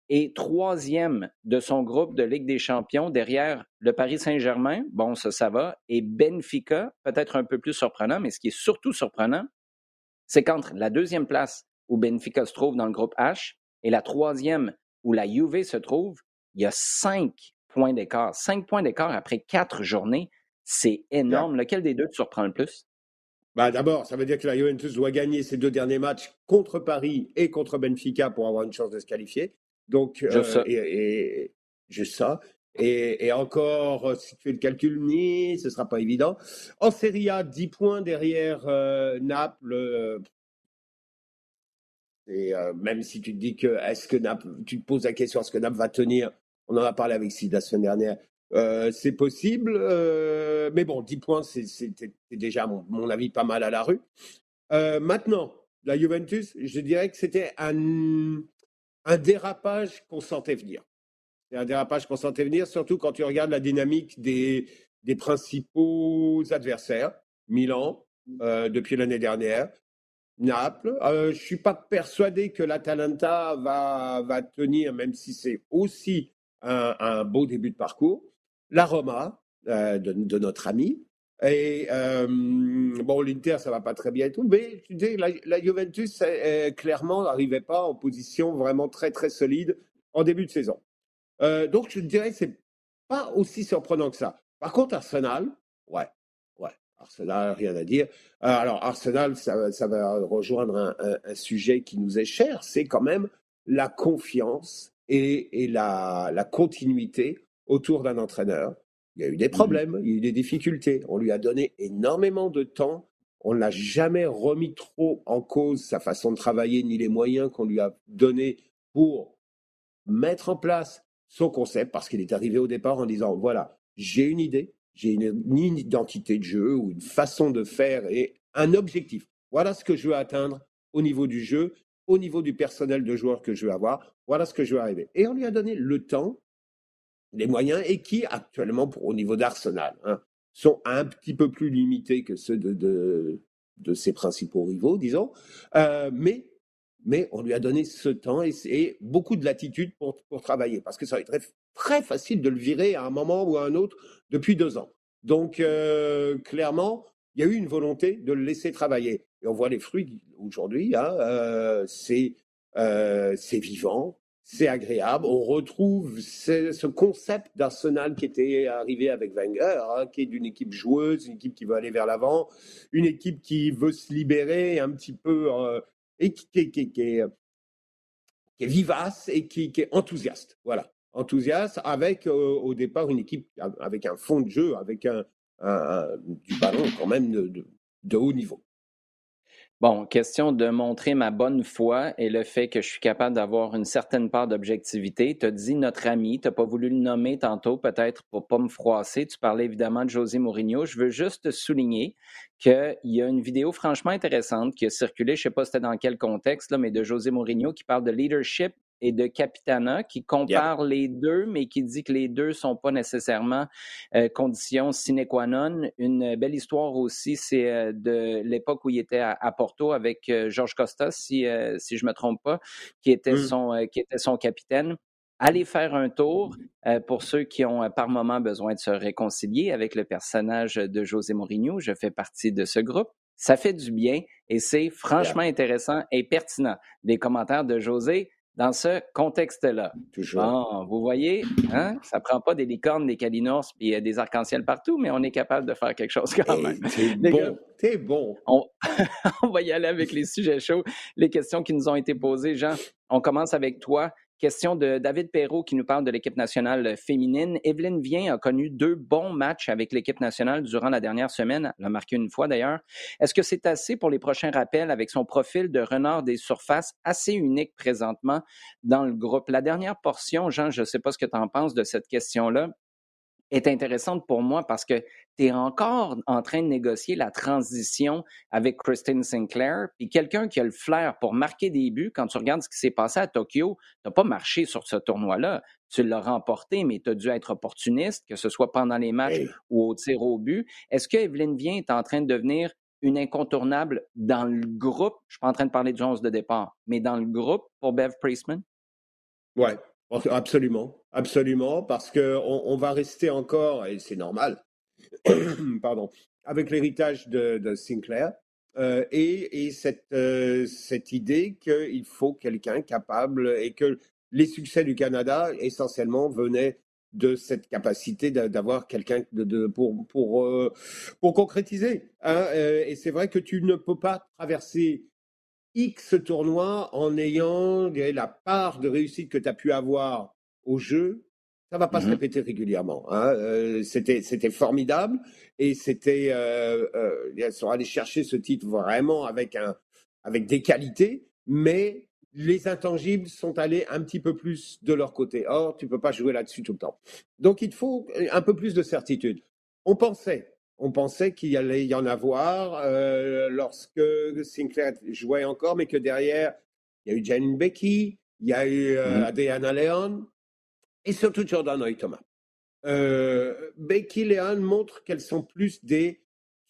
est troisième de son groupe de Ligue des champions derrière le Paris Saint-Germain, bon, ça, ça va, et Benfica, peut-être un peu plus surprenant, mais ce qui est surtout surprenant, c'est qu'entre la deuxième place où Benfica se trouve dans le groupe H et la troisième où la Juve se trouve, il y a cinq points d'écart. Cinq points d'écart après quatre journées, c'est énorme. Yeah. Lequel des deux te surprend le plus? Bah, d'abord, ça veut dire que la Juventus doit gagner ses deux derniers matchs contre Paris et contre Benfica pour avoir une chance de se qualifier. Donc, juste euh, ça. Et, et, juste ça. Et, et encore, si tu fais le calcul, ni, ce ne sera pas évident. En Serie A, dix points derrière euh, Naples. Euh, et euh, même si tu te dis que, est-ce que Naples, tu te poses la question, est-ce que Naples va tenir? On en a parlé avec Sid la semaine dernière. Euh, c'est possible, euh, mais bon, dix points, c'est, c'est, c'est déjà, à mon, mon avis, pas mal à la rue. Euh, maintenant, la Juventus, je dirais que c'était un, un dérapage qu'on sentait venir. C'est un dérapage qu'on sentait venir, surtout quand tu regardes la dynamique des, des principaux adversaires. Milan, euh, depuis l'année dernière. Naples. Euh, je ne suis pas persuadé que l'Atalanta va, va tenir, même si c'est aussi un, un beau début de parcours. La Roma, euh, de, de notre ami. Et euh, bon, l'Inter, ça ne va pas très bien et tout, mais tu dis, la, la Juventus, euh, clairement, n'arrivait pas en position vraiment très, très solide en début de saison. Euh, donc, je dirais que ce n'est pas aussi surprenant que ça. Par contre, Arsenal, ouais, ouais, Arsenal, rien à dire. Euh, alors, Arsenal, ça, ça va rejoindre un, un, un sujet qui nous est cher, c'est quand même la confiance et, et la, la continuité autour d'un entraîneur. Il y a eu des problèmes, mmh. il y a eu des difficultés. On lui a donné énormément de temps. On ne l'a jamais remis trop en cause sa façon de travailler, ni les moyens qu'on lui a donnés pour mettre en place son concept, parce qu'il est arrivé au départ en disant, voilà, j'ai une idée, j'ai une, une identité de jeu ou une façon de faire et un objectif. Voilà ce que je veux atteindre au niveau du jeu, au niveau du personnel de joueurs que je veux avoir. Voilà ce que je veux arriver. Et on lui a donné le temps, les moyens, et qui actuellement, pour, au niveau d'Arsenal, hein, sont un petit peu plus limités que ceux de, de, de ses principaux rivaux, disons. Euh, mais mais on lui a donné ce temps et, et beaucoup de latitude pour, pour travailler, parce que ça va être très, très facile de le virer à un moment ou à un autre depuis deux ans. Donc, euh, clairement, il y a eu une volonté de le laisser travailler. Et on voit les fruits aujourd'hui, hein, euh, c'est, euh, c'est vivant, c'est agréable. On retrouve ce, ce concept d'Arsenal qui était arrivé avec Wenger, hein, qui est d'une équipe joueuse, une équipe qui veut aller vers l'avant, une équipe qui veut se libérer un petit peu... Euh, et qui, qui, qui, qui, est, qui est vivace et qui, qui est enthousiaste. Voilà, enthousiaste avec euh, au départ une équipe avec un fond de jeu, avec un, un, un du ballon quand même de, de, de haut niveau. Bon, question de montrer ma bonne foi et le fait que je suis capable d'avoir une certaine part d'objectivité. Tu as dit notre ami, tu n'as pas voulu le nommer tantôt, peut-être pour ne pas me froisser. Tu parlais évidemment de José Mourinho. Je veux juste souligner qu'il y a une vidéo franchement intéressante qui a circulé, je ne sais pas c'était dans quel contexte, là, mais de José Mourinho qui parle de leadership et de Capitana, qui compare yeah. les deux, mais qui dit que les deux ne sont pas nécessairement euh, conditions sine qua non. Une belle histoire aussi, c'est euh, de l'époque où il était à, à Porto avec euh, Georges Costa, si, euh, si je ne me trompe pas, qui était, mm. son, euh, qui était son capitaine. Allez faire un tour euh, pour ceux qui ont euh, par moment besoin de se réconcilier avec le personnage de José Mourinho. Je fais partie de ce groupe. Ça fait du bien et c'est franchement yeah. intéressant et pertinent. Les commentaires de José dans ce contexte-là. Toujours. Bon, vous voyez, hein, ça ne prend pas des licornes, des calinours et euh, des arcs-en-ciel partout, mais on est capable de faire quelque chose quand hey, même. T'es les bon, gars, t'es bon. On... on va y aller avec les sujets chauds, les questions qui nous ont été posées. Jean, on commence avec toi. Question de David Perrault qui nous parle de l'équipe nationale féminine. Evelyne Viens a connu deux bons matchs avec l'équipe nationale durant la dernière semaine. Elle a marqué une fois d'ailleurs. Est-ce que c'est assez pour les prochains rappels avec son profil de renard des surfaces assez unique présentement dans le groupe? La dernière portion, Jean, je ne sais pas ce que tu en penses de cette question-là, est intéressante pour moi parce que tu es encore en train de négocier la transition avec Christine Sinclair, puis quelqu'un qui a le flair pour marquer des buts, quand tu regardes ce qui s'est passé à Tokyo, tu n'as pas marché sur ce tournoi-là. Tu l'as remporté, mais tu as dû être opportuniste, que ce soit pendant les matchs hey. ou au tir au but. Est-ce que Evelyne Viens est en train de devenir une incontournable dans le groupe? Je ne suis pas en train de parler du onze de départ, mais dans le groupe pour Bev Priestman? Ouais. Absolument, absolument, parce que on, on va rester encore, et c'est normal, pardon, avec l'héritage de, de Sinclair euh, et, et cette, euh, cette idée qu'il faut quelqu'un capable et que les succès du Canada essentiellement venaient de cette capacité d'a- d'avoir quelqu'un de, de- pour, pour, euh, pour concrétiser. Hein, euh, et c'est vrai que tu ne peux pas traverser X tournois en ayant je dirais, la part de réussite que tu as pu avoir au jeu, ça va pas se Mhm. répéter régulièrement. Hein. Euh, c'était, c'était formidable et c'était, euh, euh, ils sont allés chercher ce titre vraiment avec un, avec des qualités, mais les intangibles sont allés un petit peu plus de leur côté. Or, tu peux pas jouer là-dessus tout le temps. Donc, il faut un peu plus de certitude. On pensait on pensait qu'il y allait y en avoir euh, lorsque Sinclair jouait encore, mais que derrière, il y a eu Jane Becky, il y a eu euh, Mhm. Adriana Leon et surtout Jordan Hoytoma. Euh, Becky Leon montre qu'elles sont plus des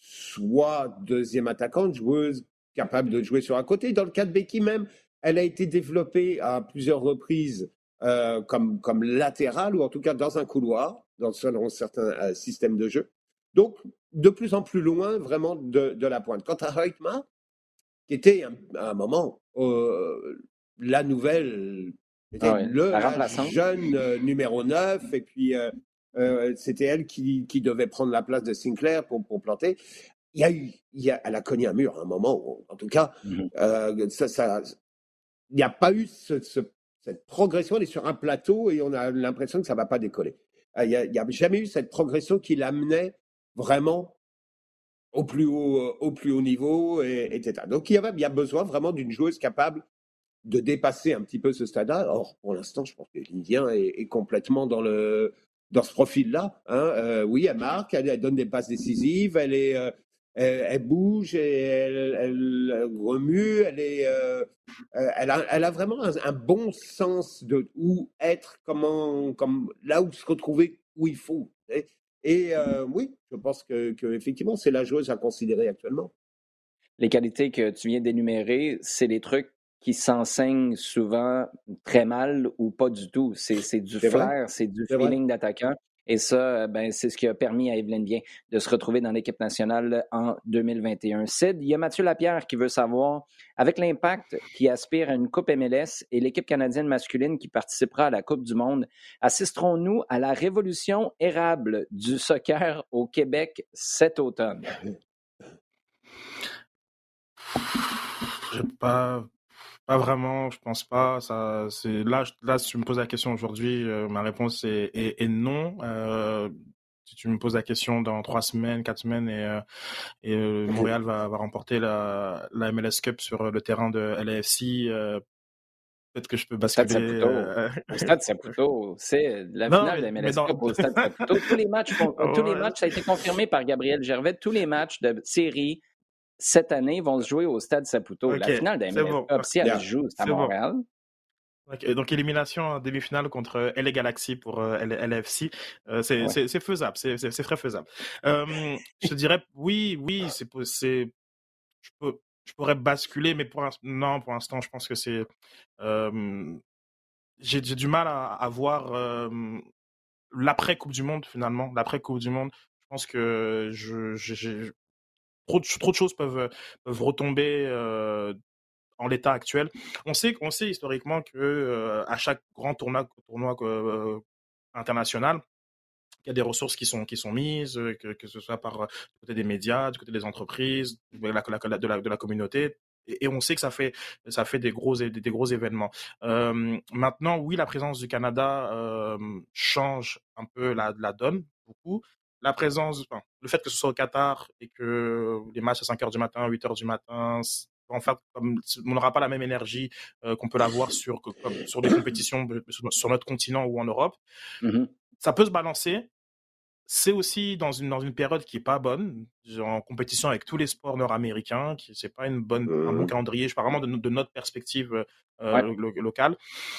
soit deuxième attaquantes, joueuses capables de jouer sur un côté. Dans le cas de Becky même, elle a été développée à plusieurs reprises euh, comme, comme latérale ou en tout cas dans un couloir, dans, selon certains euh, systèmes de jeu. Donc, de plus en plus loin vraiment de, de la pointe. Quant à Hoytma, qui était un- à un moment euh, la nouvelle, Ah était ouais. le, La la remplaçante. jeune euh, numéro neuf, et puis euh, euh, c'était elle qui, qui devait prendre la place de Sinclair pour, pour planter. Il y a eu, il y a, elle a cogné un mur à un moment, en tout cas, Mhm. euh, ça, ça, il n'y a pas eu ce, ce, cette progression, elle est sur un plateau et on a l'impression que ça ne va pas décoller. Euh, Il n'y a, a jamais eu cette progression qui l'amenait vraiment au plus haut, euh, au plus haut niveau, et, etc. Donc il y, avait, il y a besoin vraiment d'une joueuse capable de dépasser un petit peu ce stade-là. Or, pour l'instant, je pense que l'Indien est, est complètement dans le dans ce profil-là. Hein. Euh, oui, elle marque, elle, elle donne des passes décisives, elle est, euh, elle, elle bouge, et elle, elle remue, elle est, euh, euh, elle a, elle a vraiment un, un bon sens de où être, comment, comme là où se retrouver, où il faut. Et, et euh, oui, je pense que, que effectivement, c'est la joueuse à considérer actuellement. Les qualités que tu viens d'énumérer, c'est des trucs qui s'enseignent souvent très mal ou pas du tout. C'est, c'est du C'est vrai, flair, c'est du c'est vrai. feeling d'attaquant. Et ça, ben, c'est ce qui a permis à Evelyne Bien de se retrouver dans l'équipe nationale en deux mille vingt et un. Sid, il y a Mathieu Lapierre qui veut savoir, avec l'Impact qui aspire à une Coupe M L S et l'équipe canadienne masculine qui participera à la Coupe du Monde, assisterons-nous à la révolution érable du soccer au Québec cet automne? J'ai pas, pas vraiment, je pense pas. Ça, c'est là, je- là, si tu me poses la question aujourd'hui, euh, ma réponse est, est, est non. Euh, si tu me poses la question dans trois semaines, quatre semaines, et, euh, et euh, Montréal va, va remporter la, la M L S Cup sur le terrain de L A F C, euh, peut-être que je peux Au Stade basculer. Saputo. Euh... Au Stade Saputo, c'est la non, finale mais, de mais M L S dans. Cup au Stade Saputo. Tous les matchs, font- tous les Ouais, matchs, ça a été confirmé par Gabriel Gervais. Tous les matchs de série cette année vont se jouer au Stade Saputo. ok, La finale de c'est M L S bon. Cup, si elle se Yeah. joue, c'est à C'est bon. Montréal. Ok, donc élimination en demi-finale contre L A Galaxy pour euh, L- LAFC, euh, c'est Ouais. c'est c'est faisable, c'est c'est c'est très faisable. Euh, je te dirais oui, oui, c'est po- c'est je peux je pourrais basculer, mais pour l'inst- non, pour l'instant, je pense que c'est euh, j'ai j'ai du mal à, à voir euh, l'après Coupe du Monde finalement, l'après Coupe du Monde. Je pense que je j'ai j'ai- trop de, trop de choses peuvent peuvent retomber. Euh, en l'état actuel. On sait, on sait historiquement que euh, à chaque grand tournoi, tournoi euh, international, il y a des ressources qui sont qui sont mises, euh, que, que ce soit par euh, du côté des médias, du côté des entreprises, de la, de la, de la communauté. Et, et on sait que ça fait ça fait des gros des, des gros événements. Euh, maintenant, oui, la présence du Canada euh, change un peu la, la donne beaucoup. La présence, enfin, le fait que ce soit au Qatar et que les matchs à cinq heures du matin, huit heures du matin, en fait, comme, on n'aura pas la même énergie euh, qu'on peut l'avoir sur, comme, sur des compétitions sur, sur notre continent ou en Europe. Mhm. Ça peut se balancer. C'est aussi dans une, dans une période qui est pas bonne, en compétition avec tous les sports nord-américains, qui c'est pas une bonne, un bon Mmh. calendrier. Je parle vraiment de, de notre perspective euh, Ouais. lo- lo- locale.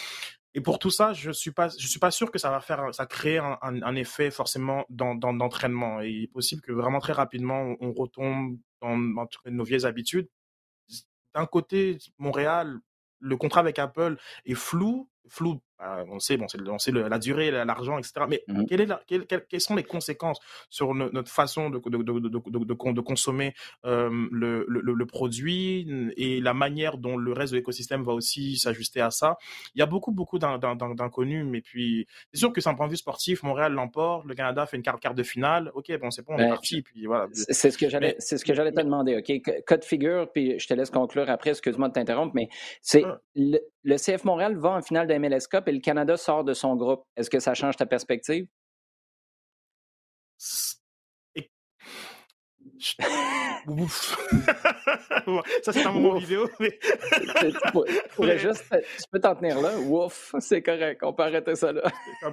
Et pour tout ça, je suis pas, je suis pas sûr que ça va faire, ça crée un, un, un effet forcément dans, dans, d'entraînement. Et il est possible que vraiment très rapidement on, on retombe dans, dans nos vieilles habitudes. D'un côté, Montréal, le contrat avec Apple est flou, flou bah, on sait, bon, c'est, on sait le, la durée, l'argent, et cetera. Mais Mhm. quelle est la, quelle, quelle, quelles sont les conséquences sur no, notre façon de, de, de, de, de, de, de consommer euh, le, le, le produit et la manière dont le reste de l'écosystème va aussi s'ajuster à ça. Il y a beaucoup, beaucoup d'inconnus, mais puis c'est sûr que c'est un point de vue sportif, Montréal l'emporte, le Canada fait une quart, quart de finale, ok, bon, c'est bon, on est Ben, parti, puis voilà. c'est ce que j'allais, Mais, c'est ce que j'allais te mais, demander, OK? Cas de figure, puis je te laisse conclure après, excuse-moi de t'interrompre, mais c'est euh, le, le C F Montréal va en finale de M L S Cup et le Canada sort de son groupe. Est-ce que ça change ta perspective? et, Ouf. Ça, c'est un moment Ouf. vidéo. Mais... tu, pourrais, tu pourrais juste, tu peux t'en tenir là. Ouf, c'est correct, on peut arrêter ça là.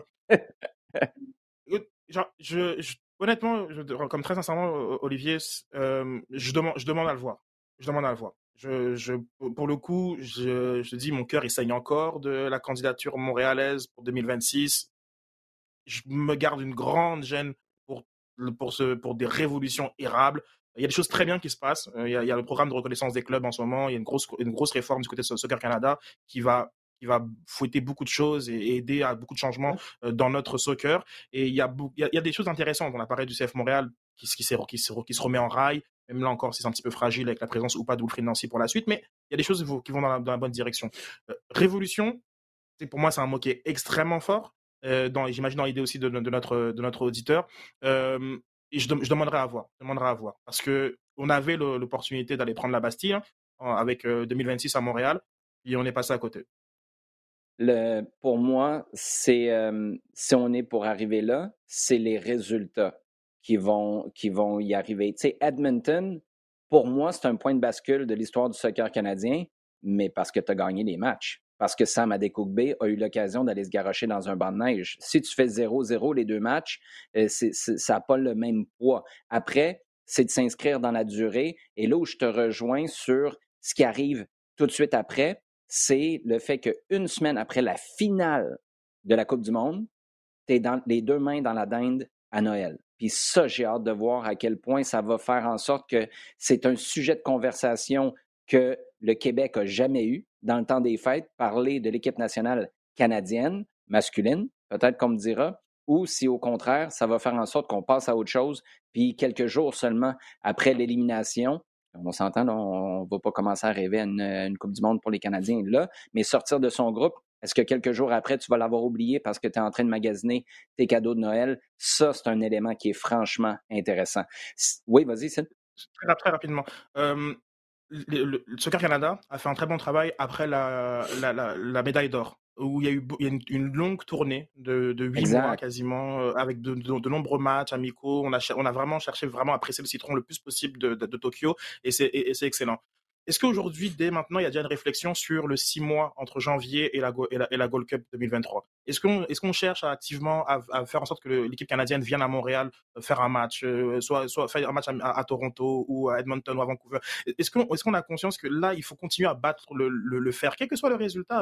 Genre, je, je, honnêtement, je, comme très sincèrement, Olivier, euh, je, demande, je demande à le voir. Je demande à le voir. Je, je, pour le coup, je, je dis, mon cœur, il saigne encore de la candidature montréalaise pour deux mille vingt-six. Je me garde une grande gêne pour, pour, ce, pour des révolutions érables. Il y a des choses très bien qui se passent. Il y a, il y a le programme de reconnaissance des clubs en ce moment. Il y a une grosse, une grosse réforme du côté de Soccer Canada qui va, qui va fouetter beaucoup de choses et aider à beaucoup de changements dans notre soccer. Et il y a, il y a, il y a des choses intéressantes. On a parlé du C F Montréal qui, qui, qui, se, qui se remet en rail. Même là encore, c'est un petit peu fragile avec la présence ou pas de Wilfried Nancy pour la suite. Mais il y a des choses qui vont dans la, dans la bonne direction. Euh, révolution, pour moi, c'est un mot qui est extrêmement fort. Euh, dans, j'imagine dans l'idée aussi de, de, notre, de notre auditeur. Euh, et je, je demanderai à voir. Je demanderai à voir. Parce qu'on avait le, l'opportunité d'aller prendre la Bastille hein, avec euh, deux mille vingt-six à Montréal, et on est passé à côté. Le, pour moi, c'est euh, si on est pour arriver là, c'est les résultats qui vont, qui vont y arriver. Tu sais, Edmonton, pour moi, c'est un point de bascule de l'histoire du soccer canadien, mais parce que tu as gagné les matchs. Parce que Sam Adekugbe a eu l'occasion d'aller se garrocher dans un banc de neige. Si tu fais zéro zéro les deux matchs, c'est, c'est, ça n'a pas le même poids. Après, c'est de s'inscrire dans la durée. Et là où je te rejoins sur ce qui arrive tout de suite après, c'est le fait qu'une semaine après la finale de la Coupe du Monde, tu es dans les deux mains dans la dinde à Noël. Puis ça, j'ai hâte de voir à quel point ça va faire en sorte que c'est un sujet de conversation que le Québec n'a jamais eu dans le temps des fêtes, parler de l'équipe nationale canadienne, masculine, peut-être qu'on me dira, ou si au contraire, ça va faire en sorte qu'on passe à autre chose, puis quelques jours seulement après l'élimination, on s'entend, on ne va pas commencer à rêver à une, une Coupe du Monde pour les Canadiens là, mais sortir de son groupe, est-ce que quelques jours après, tu vas l'avoir oublié parce que tu es en train de magasiner tes cadeaux de Noël? Ça, c'est un élément qui est franchement intéressant. Oui, vas-y, Sid. Très, très rapidement. Euh, le, le, le Soccer Canada a fait un très bon travail après la, la, la, la médaille d'or, où il y a eu il y a une, une longue tournée de, de huit Exact. mois quasiment, euh, avec de, de, de nombreux matchs amicaux. On a, on a vraiment cherché vraiment à presser le citron le plus possible de, de, de Tokyo, et c'est, et, et c'est excellent. Est-ce qu'aujourd'hui, dès maintenant, il y a déjà une réflexion sur le six mois entre janvier et la, et la, et la Gold Cup deux mille vingt-trois? Est-ce qu'on, est-ce qu'on cherche à, activement à, à faire en sorte que le, l'équipe canadienne vienne à Montréal faire un match, euh, soit, soit faire un match à, à, à Toronto ou à Edmonton ou à Vancouver? Est-ce qu'on, est-ce qu'on a conscience que là, il faut continuer à battre le, le, le fer, quel que soit le résultat?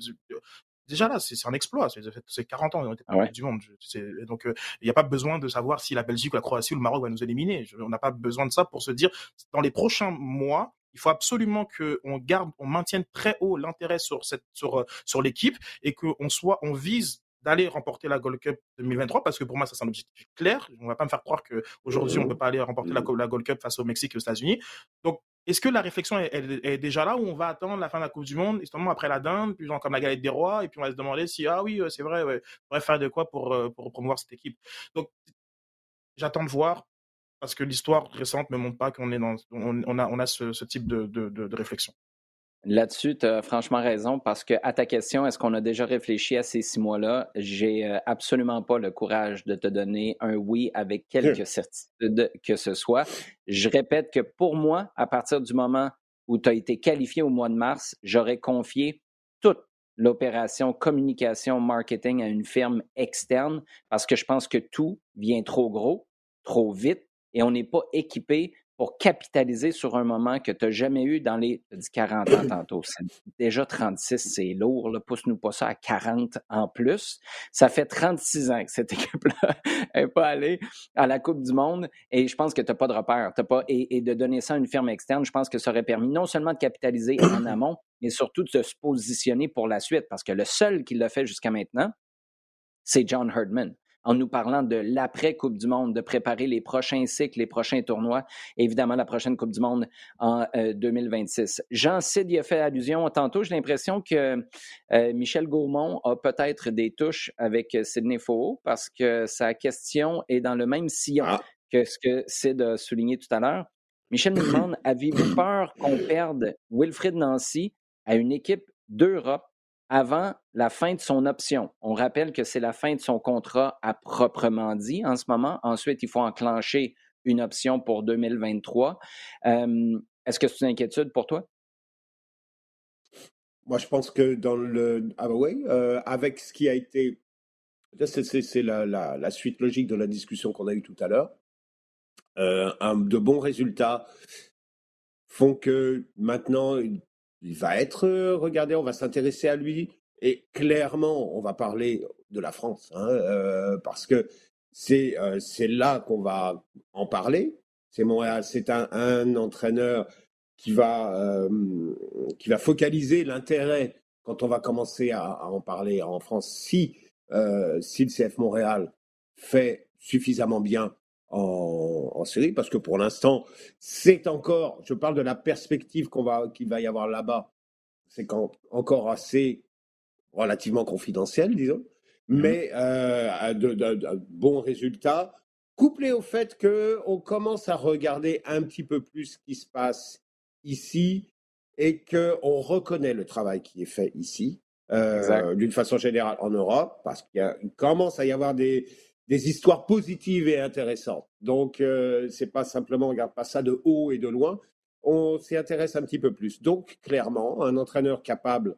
Déjà là, c'est, c'est un exploit. C'est, c'est quarante ans, on était pas ouais. du monde. C'est, donc, il euh, n'y a pas besoin de savoir si la Belgique, ou la Croatie ou le Maroc va nous éliminer. On n'a pas besoin de ça pour se dire, dans les prochains mois, il faut absolument qu'on garde, on maintienne très haut l'intérêt sur cette, sur, sur l'équipe et qu'on soit, on vise d'aller remporter la Gold Cup deux mille vingt-trois, parce que pour moi, ça, c'est un objectif clair. On va pas me faire croire qu'aujourd'hui, on peut pas aller remporter la, la Gold Cup face au Mexique et aux États-Unis. Donc, est-ce que la réflexion est, est, est déjà là, où on va attendre la fin de la Coupe du Monde, justement après la dinde, puis genre comme la galette des rois, et puis on va se demander si, ah oui, c'est vrai, ouais, on va faire de quoi pour, pour promouvoir cette équipe. Donc, j'attends de voir, parce que l'histoire récente ne montre pas qu'on est dans, on, on a, on a ce, ce type de, de, de, de réflexion. Là-dessus, tu as franchement raison, parce que à ta question, est-ce qu'on a déjà réfléchi à ces six mois-là? J'ai euh, absolument pas le courage de te donner un oui avec quelque certitude que ce soit. Je répète que pour moi, à partir du moment où tu as été qualifié au mois de mars, j'aurais confié toute l'opération communication, marketing à une firme externe, parce que je pense que tout vient trop gros, trop vite, et on n'est pas équipé pour capitaliser sur un moment que tu n'as jamais eu dans les, tu as dit quarante ans tantôt, c'est déjà trente-six, c'est lourd, là, pousse-nous pas ça à quarante en plus. Ça fait trente-six ans que cette équipe-là n'est pas allée à la Coupe du Monde et je pense que tu n'as pas de repère. T'as pas, et, et de donner ça à une firme externe, je pense que ça aurait permis non seulement de capitaliser en amont, mais surtout de se positionner pour la suite parce que le seul qui l'a fait jusqu'à maintenant, c'est John Herdman, en nous parlant de l'après-Coupe du Monde, de préparer les prochains cycles, les prochains tournois, et évidemment la prochaine Coupe du Monde en euh, deux mille vingt-six. Jean-Cid y a fait allusion tantôt. J'ai l'impression que euh, Michel Gaumont a peut-être des touches avec Sidney Faux parce que sa question est dans le même sillon Ah. que ce que Sid a souligné tout à l'heure. Michel nous demande, avez-vous peur qu'on perde Wilfried Nancy à une équipe d'Europe avant la fin de son option? On rappelle que c'est la fin de son contrat à proprement dit en ce moment. Ensuite, il faut enclencher une option pour deux mille vingt-trois. Euh, est-ce que c'est une inquiétude pour toi? Moi, je pense que dans le... Ah bah oui, euh, avec ce qui a été... C'est, c'est, c'est la, la, la suite logique de la discussion qu'on a eue tout à l'heure. Euh, un, de bons résultats font que maintenant... Il va être regardé, on va s'intéresser à lui. Et clairement, on va parler de la France, hein, euh, parce que c'est, euh, c'est là qu'on va en parler. C'est, Montréal, c'est un, un entraîneur qui va, euh, qui va focaliser l'intérêt quand on va commencer à, à en parler en France. Si, euh, si le C F Montréal fait suffisamment bien En, en série, parce que pour l'instant, c'est encore, je parle de la perspective qu'on va, qu'il va y avoir là-bas, c'est quand, encore assez relativement confidentiel, disons, mmh. mais euh, de, de, de bons résultats, couplé au fait qu'on commence à regarder un petit peu plus ce qui se passe ici et qu'on reconnaît le travail qui est fait ici, euh, d'une façon générale en Europe, parce qu'il y a, il commence à y avoir des des histoires positives et intéressantes. Donc, euh, c'est pas simplement, on regarde pas ça de haut et de loin, on s'y intéresse un petit peu plus. Donc, clairement, un entraîneur capable,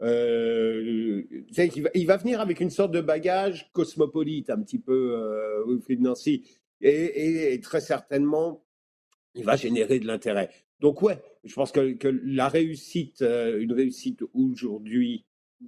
euh, il, va, il va venir avec une sorte de bagage cosmopolite, un petit peu, euh, Wilfried Nancy, et, et, et très certainement, il va générer de l'intérêt. Donc, ouais, je pense que, que la réussite, euh, une réussite aujourd'hui,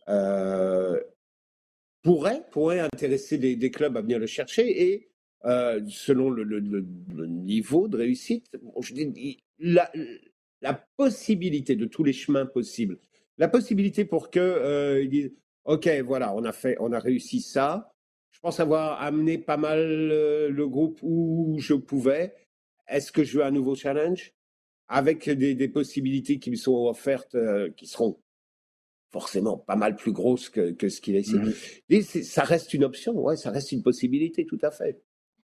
euh, pourrait, pourrait intéresser des, des clubs à venir le chercher et euh, selon le, le, le, le niveau de réussite, je dis, la, la possibilité de tous les chemins possibles, la possibilité pour que euh, ils disent, ok, voilà, on a fait, on a réussi ça. Je pense avoir amené pas mal euh, le groupe où je pouvais. Est-ce que je veux un nouveau challenge avec des, des possibilités qui me sont offertes, euh, qui seront forcément pas mal plus grosse que, que ce qu'il a ici. Mmh. Et ça reste une option, ouais, ça reste une possibilité, tout à fait.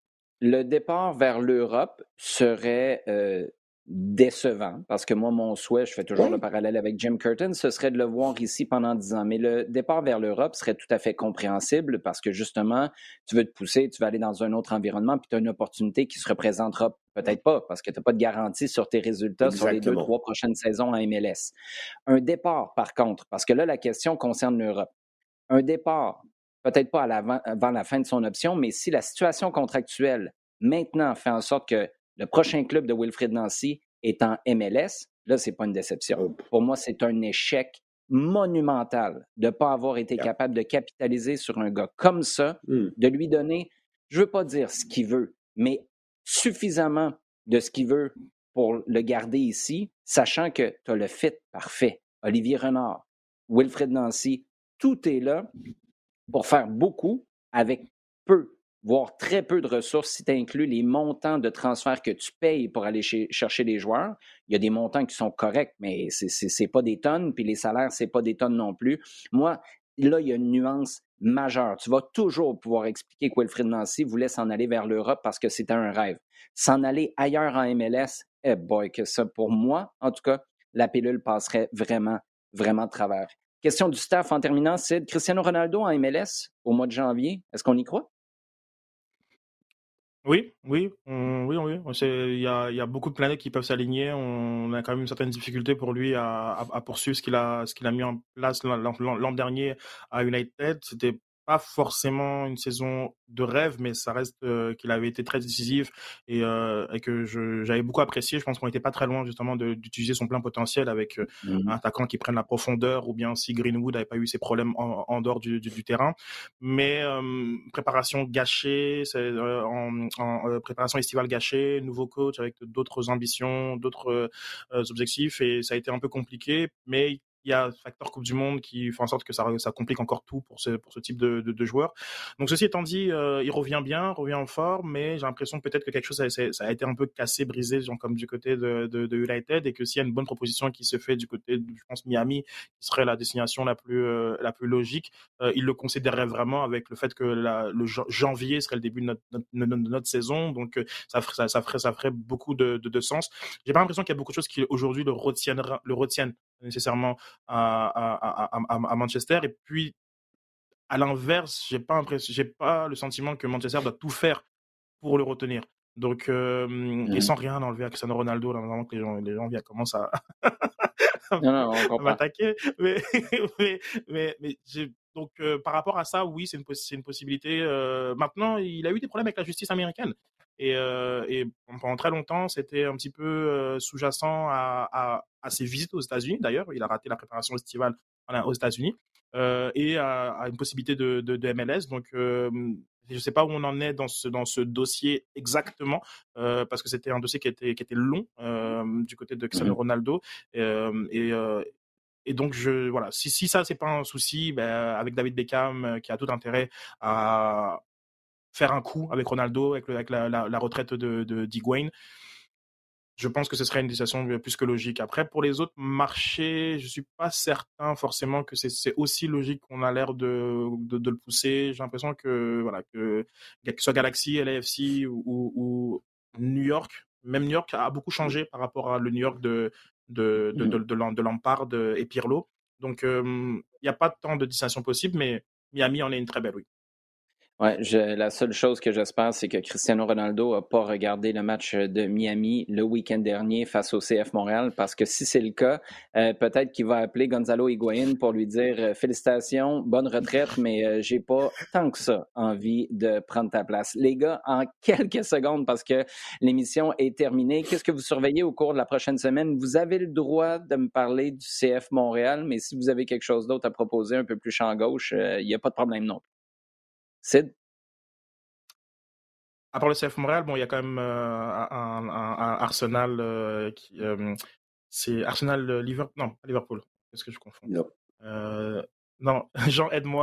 Le départ vers l'Europe serait euh, décevant, parce que moi, mon souhait, je fais toujours oui. le parallèle avec Jim Curtin, ce serait de le voir ici pendant dix ans. Mais le départ vers l'Europe serait tout à fait compréhensible parce que justement, tu veux te pousser, tu vas aller dans un autre environnement, puis tu as une opportunité qui se représentera peut-être pas, parce que tu n'as pas de garantie sur tes résultats Exactement. Sur les deux, trois prochaines saisons en M L S. Un départ, par contre, parce que là, la question concerne l'Europe. Un départ, peut-être pas à l'avant, avant la fin de son option, mais si la situation contractuelle maintenant fait en sorte que le prochain club de Wilfried Nancy est en M L S, là, c'est pas une déception. Pour moi, c'est un échec monumental de ne pas avoir été yeah. capable de capitaliser sur un gars comme ça, mm. de lui donner, je veux pas dire ce qu'il veut, mais suffisamment de ce qu'il veut pour le garder ici, sachant que tu as le fit parfait. Olivier Renard, Wilfried Nancy, tout est là pour faire beaucoup avec peu, voire très peu de ressources si tu inclus les montants de transfert que tu payes pour aller chez, chercher les joueurs. Il y a des montants qui sont corrects, mais c'est, c'est, c'est pas des tonnes, puis les salaires, c'est pas des tonnes non plus. Moi, là, il y a une nuance majeure. Tu vas toujours pouvoir expliquer que Wilfried Nancy voulait s'en aller vers l'Europe parce que c'était un rêve. S'en aller ailleurs en M L S, eh boy, que ça, pour moi, en tout cas, la pilule passerait vraiment, vraiment de travers. Question du staff en terminant, Sid. Cristiano Ronaldo en M L S au mois de janvier, est-ce qu'on y croit? Oui, oui, on, oui, oui. Il y a, y a beaucoup de planètes qui peuvent s'aligner. On a quand même une certaine difficulté pour lui à, à, à poursuivre ce qu'il a, ce qu'il a mis en place l'an, l'an, l'an dernier à United. C'était pas forcément une saison de rêve, mais ça reste euh, qu'il avait été très décisif et, euh, et que je, j'avais beaucoup apprécié. Je pense qu'on n'était pas très loin justement de, d'utiliser son plein potentiel avec euh, Mhm. un attaquant qui prenne la profondeur, ou bien si Greenwood n'avait pas eu ses problèmes en, en dehors du, du, du terrain. Mais euh, préparation gâchée, c'est, euh, en, en euh, préparation estivale gâchée, nouveau coach avec d'autres ambitions, d'autres euh, objectifs, et ça a été un peu compliqué, mais il y a le facteur Coupe du Monde qui fait en sorte que ça, ça complique encore tout pour ce, pour ce type de, de, de joueur. Donc, ceci étant dit, euh, il revient bien, revient en forme, mais j'ai l'impression que peut-être que quelque chose, ça, ça a été un peu cassé, brisé, genre comme du côté de, de, de United, et que s'il y a une bonne proposition qui se fait du côté de, je pense, Miami, qui serait la destination la plus, euh, la plus logique, euh, il le considérerait vraiment avec le fait que la, le janvier serait le début de notre, notre, notre, notre saison. Donc, ça ferait, ça, ça ferait, ça ferait beaucoup de, de, de sens. J'ai pas l'impression qu'il y a beaucoup de choses qui aujourd'hui le retiennent, le retiennent nécessairement à, à, à, à Manchester. Et puis, à l'inverse, j'ai pas l'impression, j'ai pas le sentiment que Manchester doit tout faire pour le retenir. Donc, euh, mmh. Et sans rien enlever à Cristiano Ronaldo, là, vraiment que les gens, les gens viennent commencent à, non, non, on à m'attaquer. Mais, mais, mais, mais j'ai, donc, euh, par rapport à ça, oui, c'est une, c'est une possibilité. Euh, maintenant, il a eu des problèmes avec la justice américaine. Et, euh, et pendant très longtemps, c'était un petit peu euh, sous-jacent à, à, à ses visites aux États-Unis. D'ailleurs, il a raté la préparation estivale aux États-Unis euh, et à, à une possibilité de, de, de M L S. Donc, euh, je ne sais pas où on en est dans ce, dans ce dossier exactement, euh, parce que c'était un dossier qui était, qui était long euh, du côté de Cristiano Ronaldo. Euh, et, euh, et donc, je, voilà, si, si ça, c'est pas un souci, ben, avec David Beckham, euh, qui a tout intérêt à faire un coup avec Ronaldo, avec, le, avec la, la, la retraite de, de d'Higuaín, je pense que ce serait une décision plus que logique. Après, pour les autres marchés, je suis pas certain forcément que c'est, c'est aussi logique qu'on a l'air de, de, de le pousser. J'ai l'impression que, voilà, que, que ce soit Galaxy, L A F C ou, ou, ou New York, même New York a beaucoup changé par rapport à le New York de, de, de, de, de, de, de Lampard et Pirlo. Donc, il euh, n'y a pas tant de destinations possibles, mais Miami en est une très belle, oui. Ouais, je, la seule chose que j'espère, c'est que Cristiano Ronaldo n'a pas regardé le match de Miami le week-end dernier face au C F Montréal, parce que si c'est le cas, euh, peut-être qu'il va appeler Gonzalo Higuaín pour lui dire euh, félicitations, bonne retraite, mais euh, j'ai pas tant que ça envie de prendre ta place. Les gars, en quelques secondes, parce que l'émission est terminée, qu'est-ce que vous surveillez au cours de la prochaine semaine? Vous avez le droit de me parler du C F Montréal, mais si vous avez quelque chose d'autre à proposer un peu plus champ gauche, il euh, n'y a pas de problème non plus. Sid? À part le C F Montréal, bon, il y a quand même euh, un, un, un Arsenal euh, qui, euh, c'est Arsenal euh, Liverpool, non, pas Liverpool. Qu'est-ce que je confonds? Non. Euh, non, Jean, aide-moi.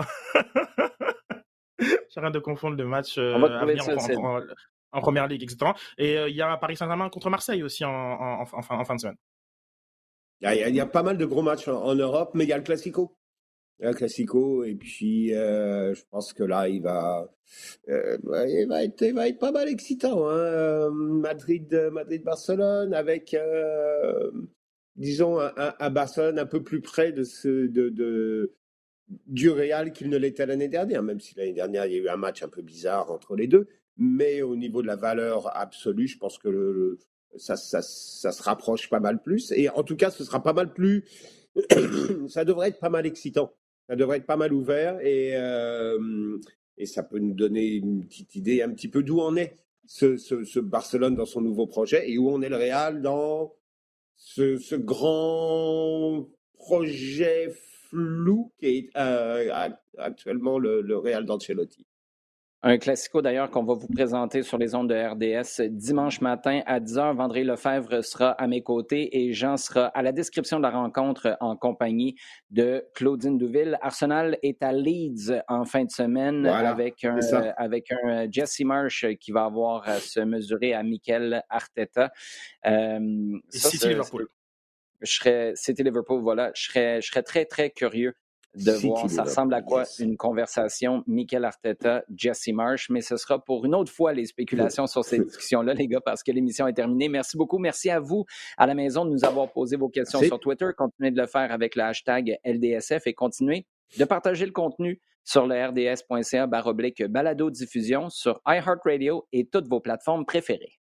J'arrête de confondre le match On va euh, à trouver venir ça, en, Sid. en, en, en première ligue, et cetera. Et il euh, y a Paris Saint-Germain contre Marseille aussi en, en, en, en, en fin de semaine. Il y, a, il y a pas mal de gros matchs en, en Europe, mais il y a le Classico. Un Classico, et puis euh, je pense que là, il va, euh, il va, être, il va être pas mal excitant. Hein. Madrid, Madrid-Barcelone, avec, euh, disons, un, un, un Barcelone un peu plus près de ce, de, de, du Real qu'il ne l'était l'année dernière, même si l'année dernière, il y a eu un match un peu bizarre entre les deux. Mais au niveau de la valeur absolue, je pense que le, le, ça, ça, ça se rapproche pas mal plus. Et en tout cas, ce sera pas mal plus... ça devrait être pas mal excitant. Ça devrait être pas mal ouvert et, euh, et ça peut nous donner une petite idée un petit peu d'où on est ce, ce, ce Barcelone dans son nouveau projet et où on est le Real dans ce, ce grand projet flou qui est euh, actuellement le, le Real d'Ancelotti. Un classico d'ailleurs qu'on va vous présenter sur les ondes de R D S dimanche matin à dix heures. Vandré Lefebvre sera à mes côtés et Jean sera à la description de la rencontre en compagnie de Claudine Douville. Arsenal est à Leeds en fin de semaine voilà, avec, un, euh, avec un Jesse Marsh qui va avoir à se mesurer à Mikel Arteta. Euh, et ça, City Liverpool. Je serais, City Liverpool, voilà. Je serais, je serais très, très curieux de City voir ça ressemble à quoi yes. Une conversation Mikel Arteta, Jesse Marsh, mais ce sera pour une autre fois les spéculations sur ces discussions-là, les gars, parce que l'émission est terminée. Merci beaucoup. Merci à vous à la maison de nous avoir posé vos questions Merci. Sur Twitter. Continuez de le faire avec le hashtag L D S F et continuez de partager le contenu sur le R D S point C A barre oblique balado diffusion sur iHeartRadio et toutes vos plateformes préférées.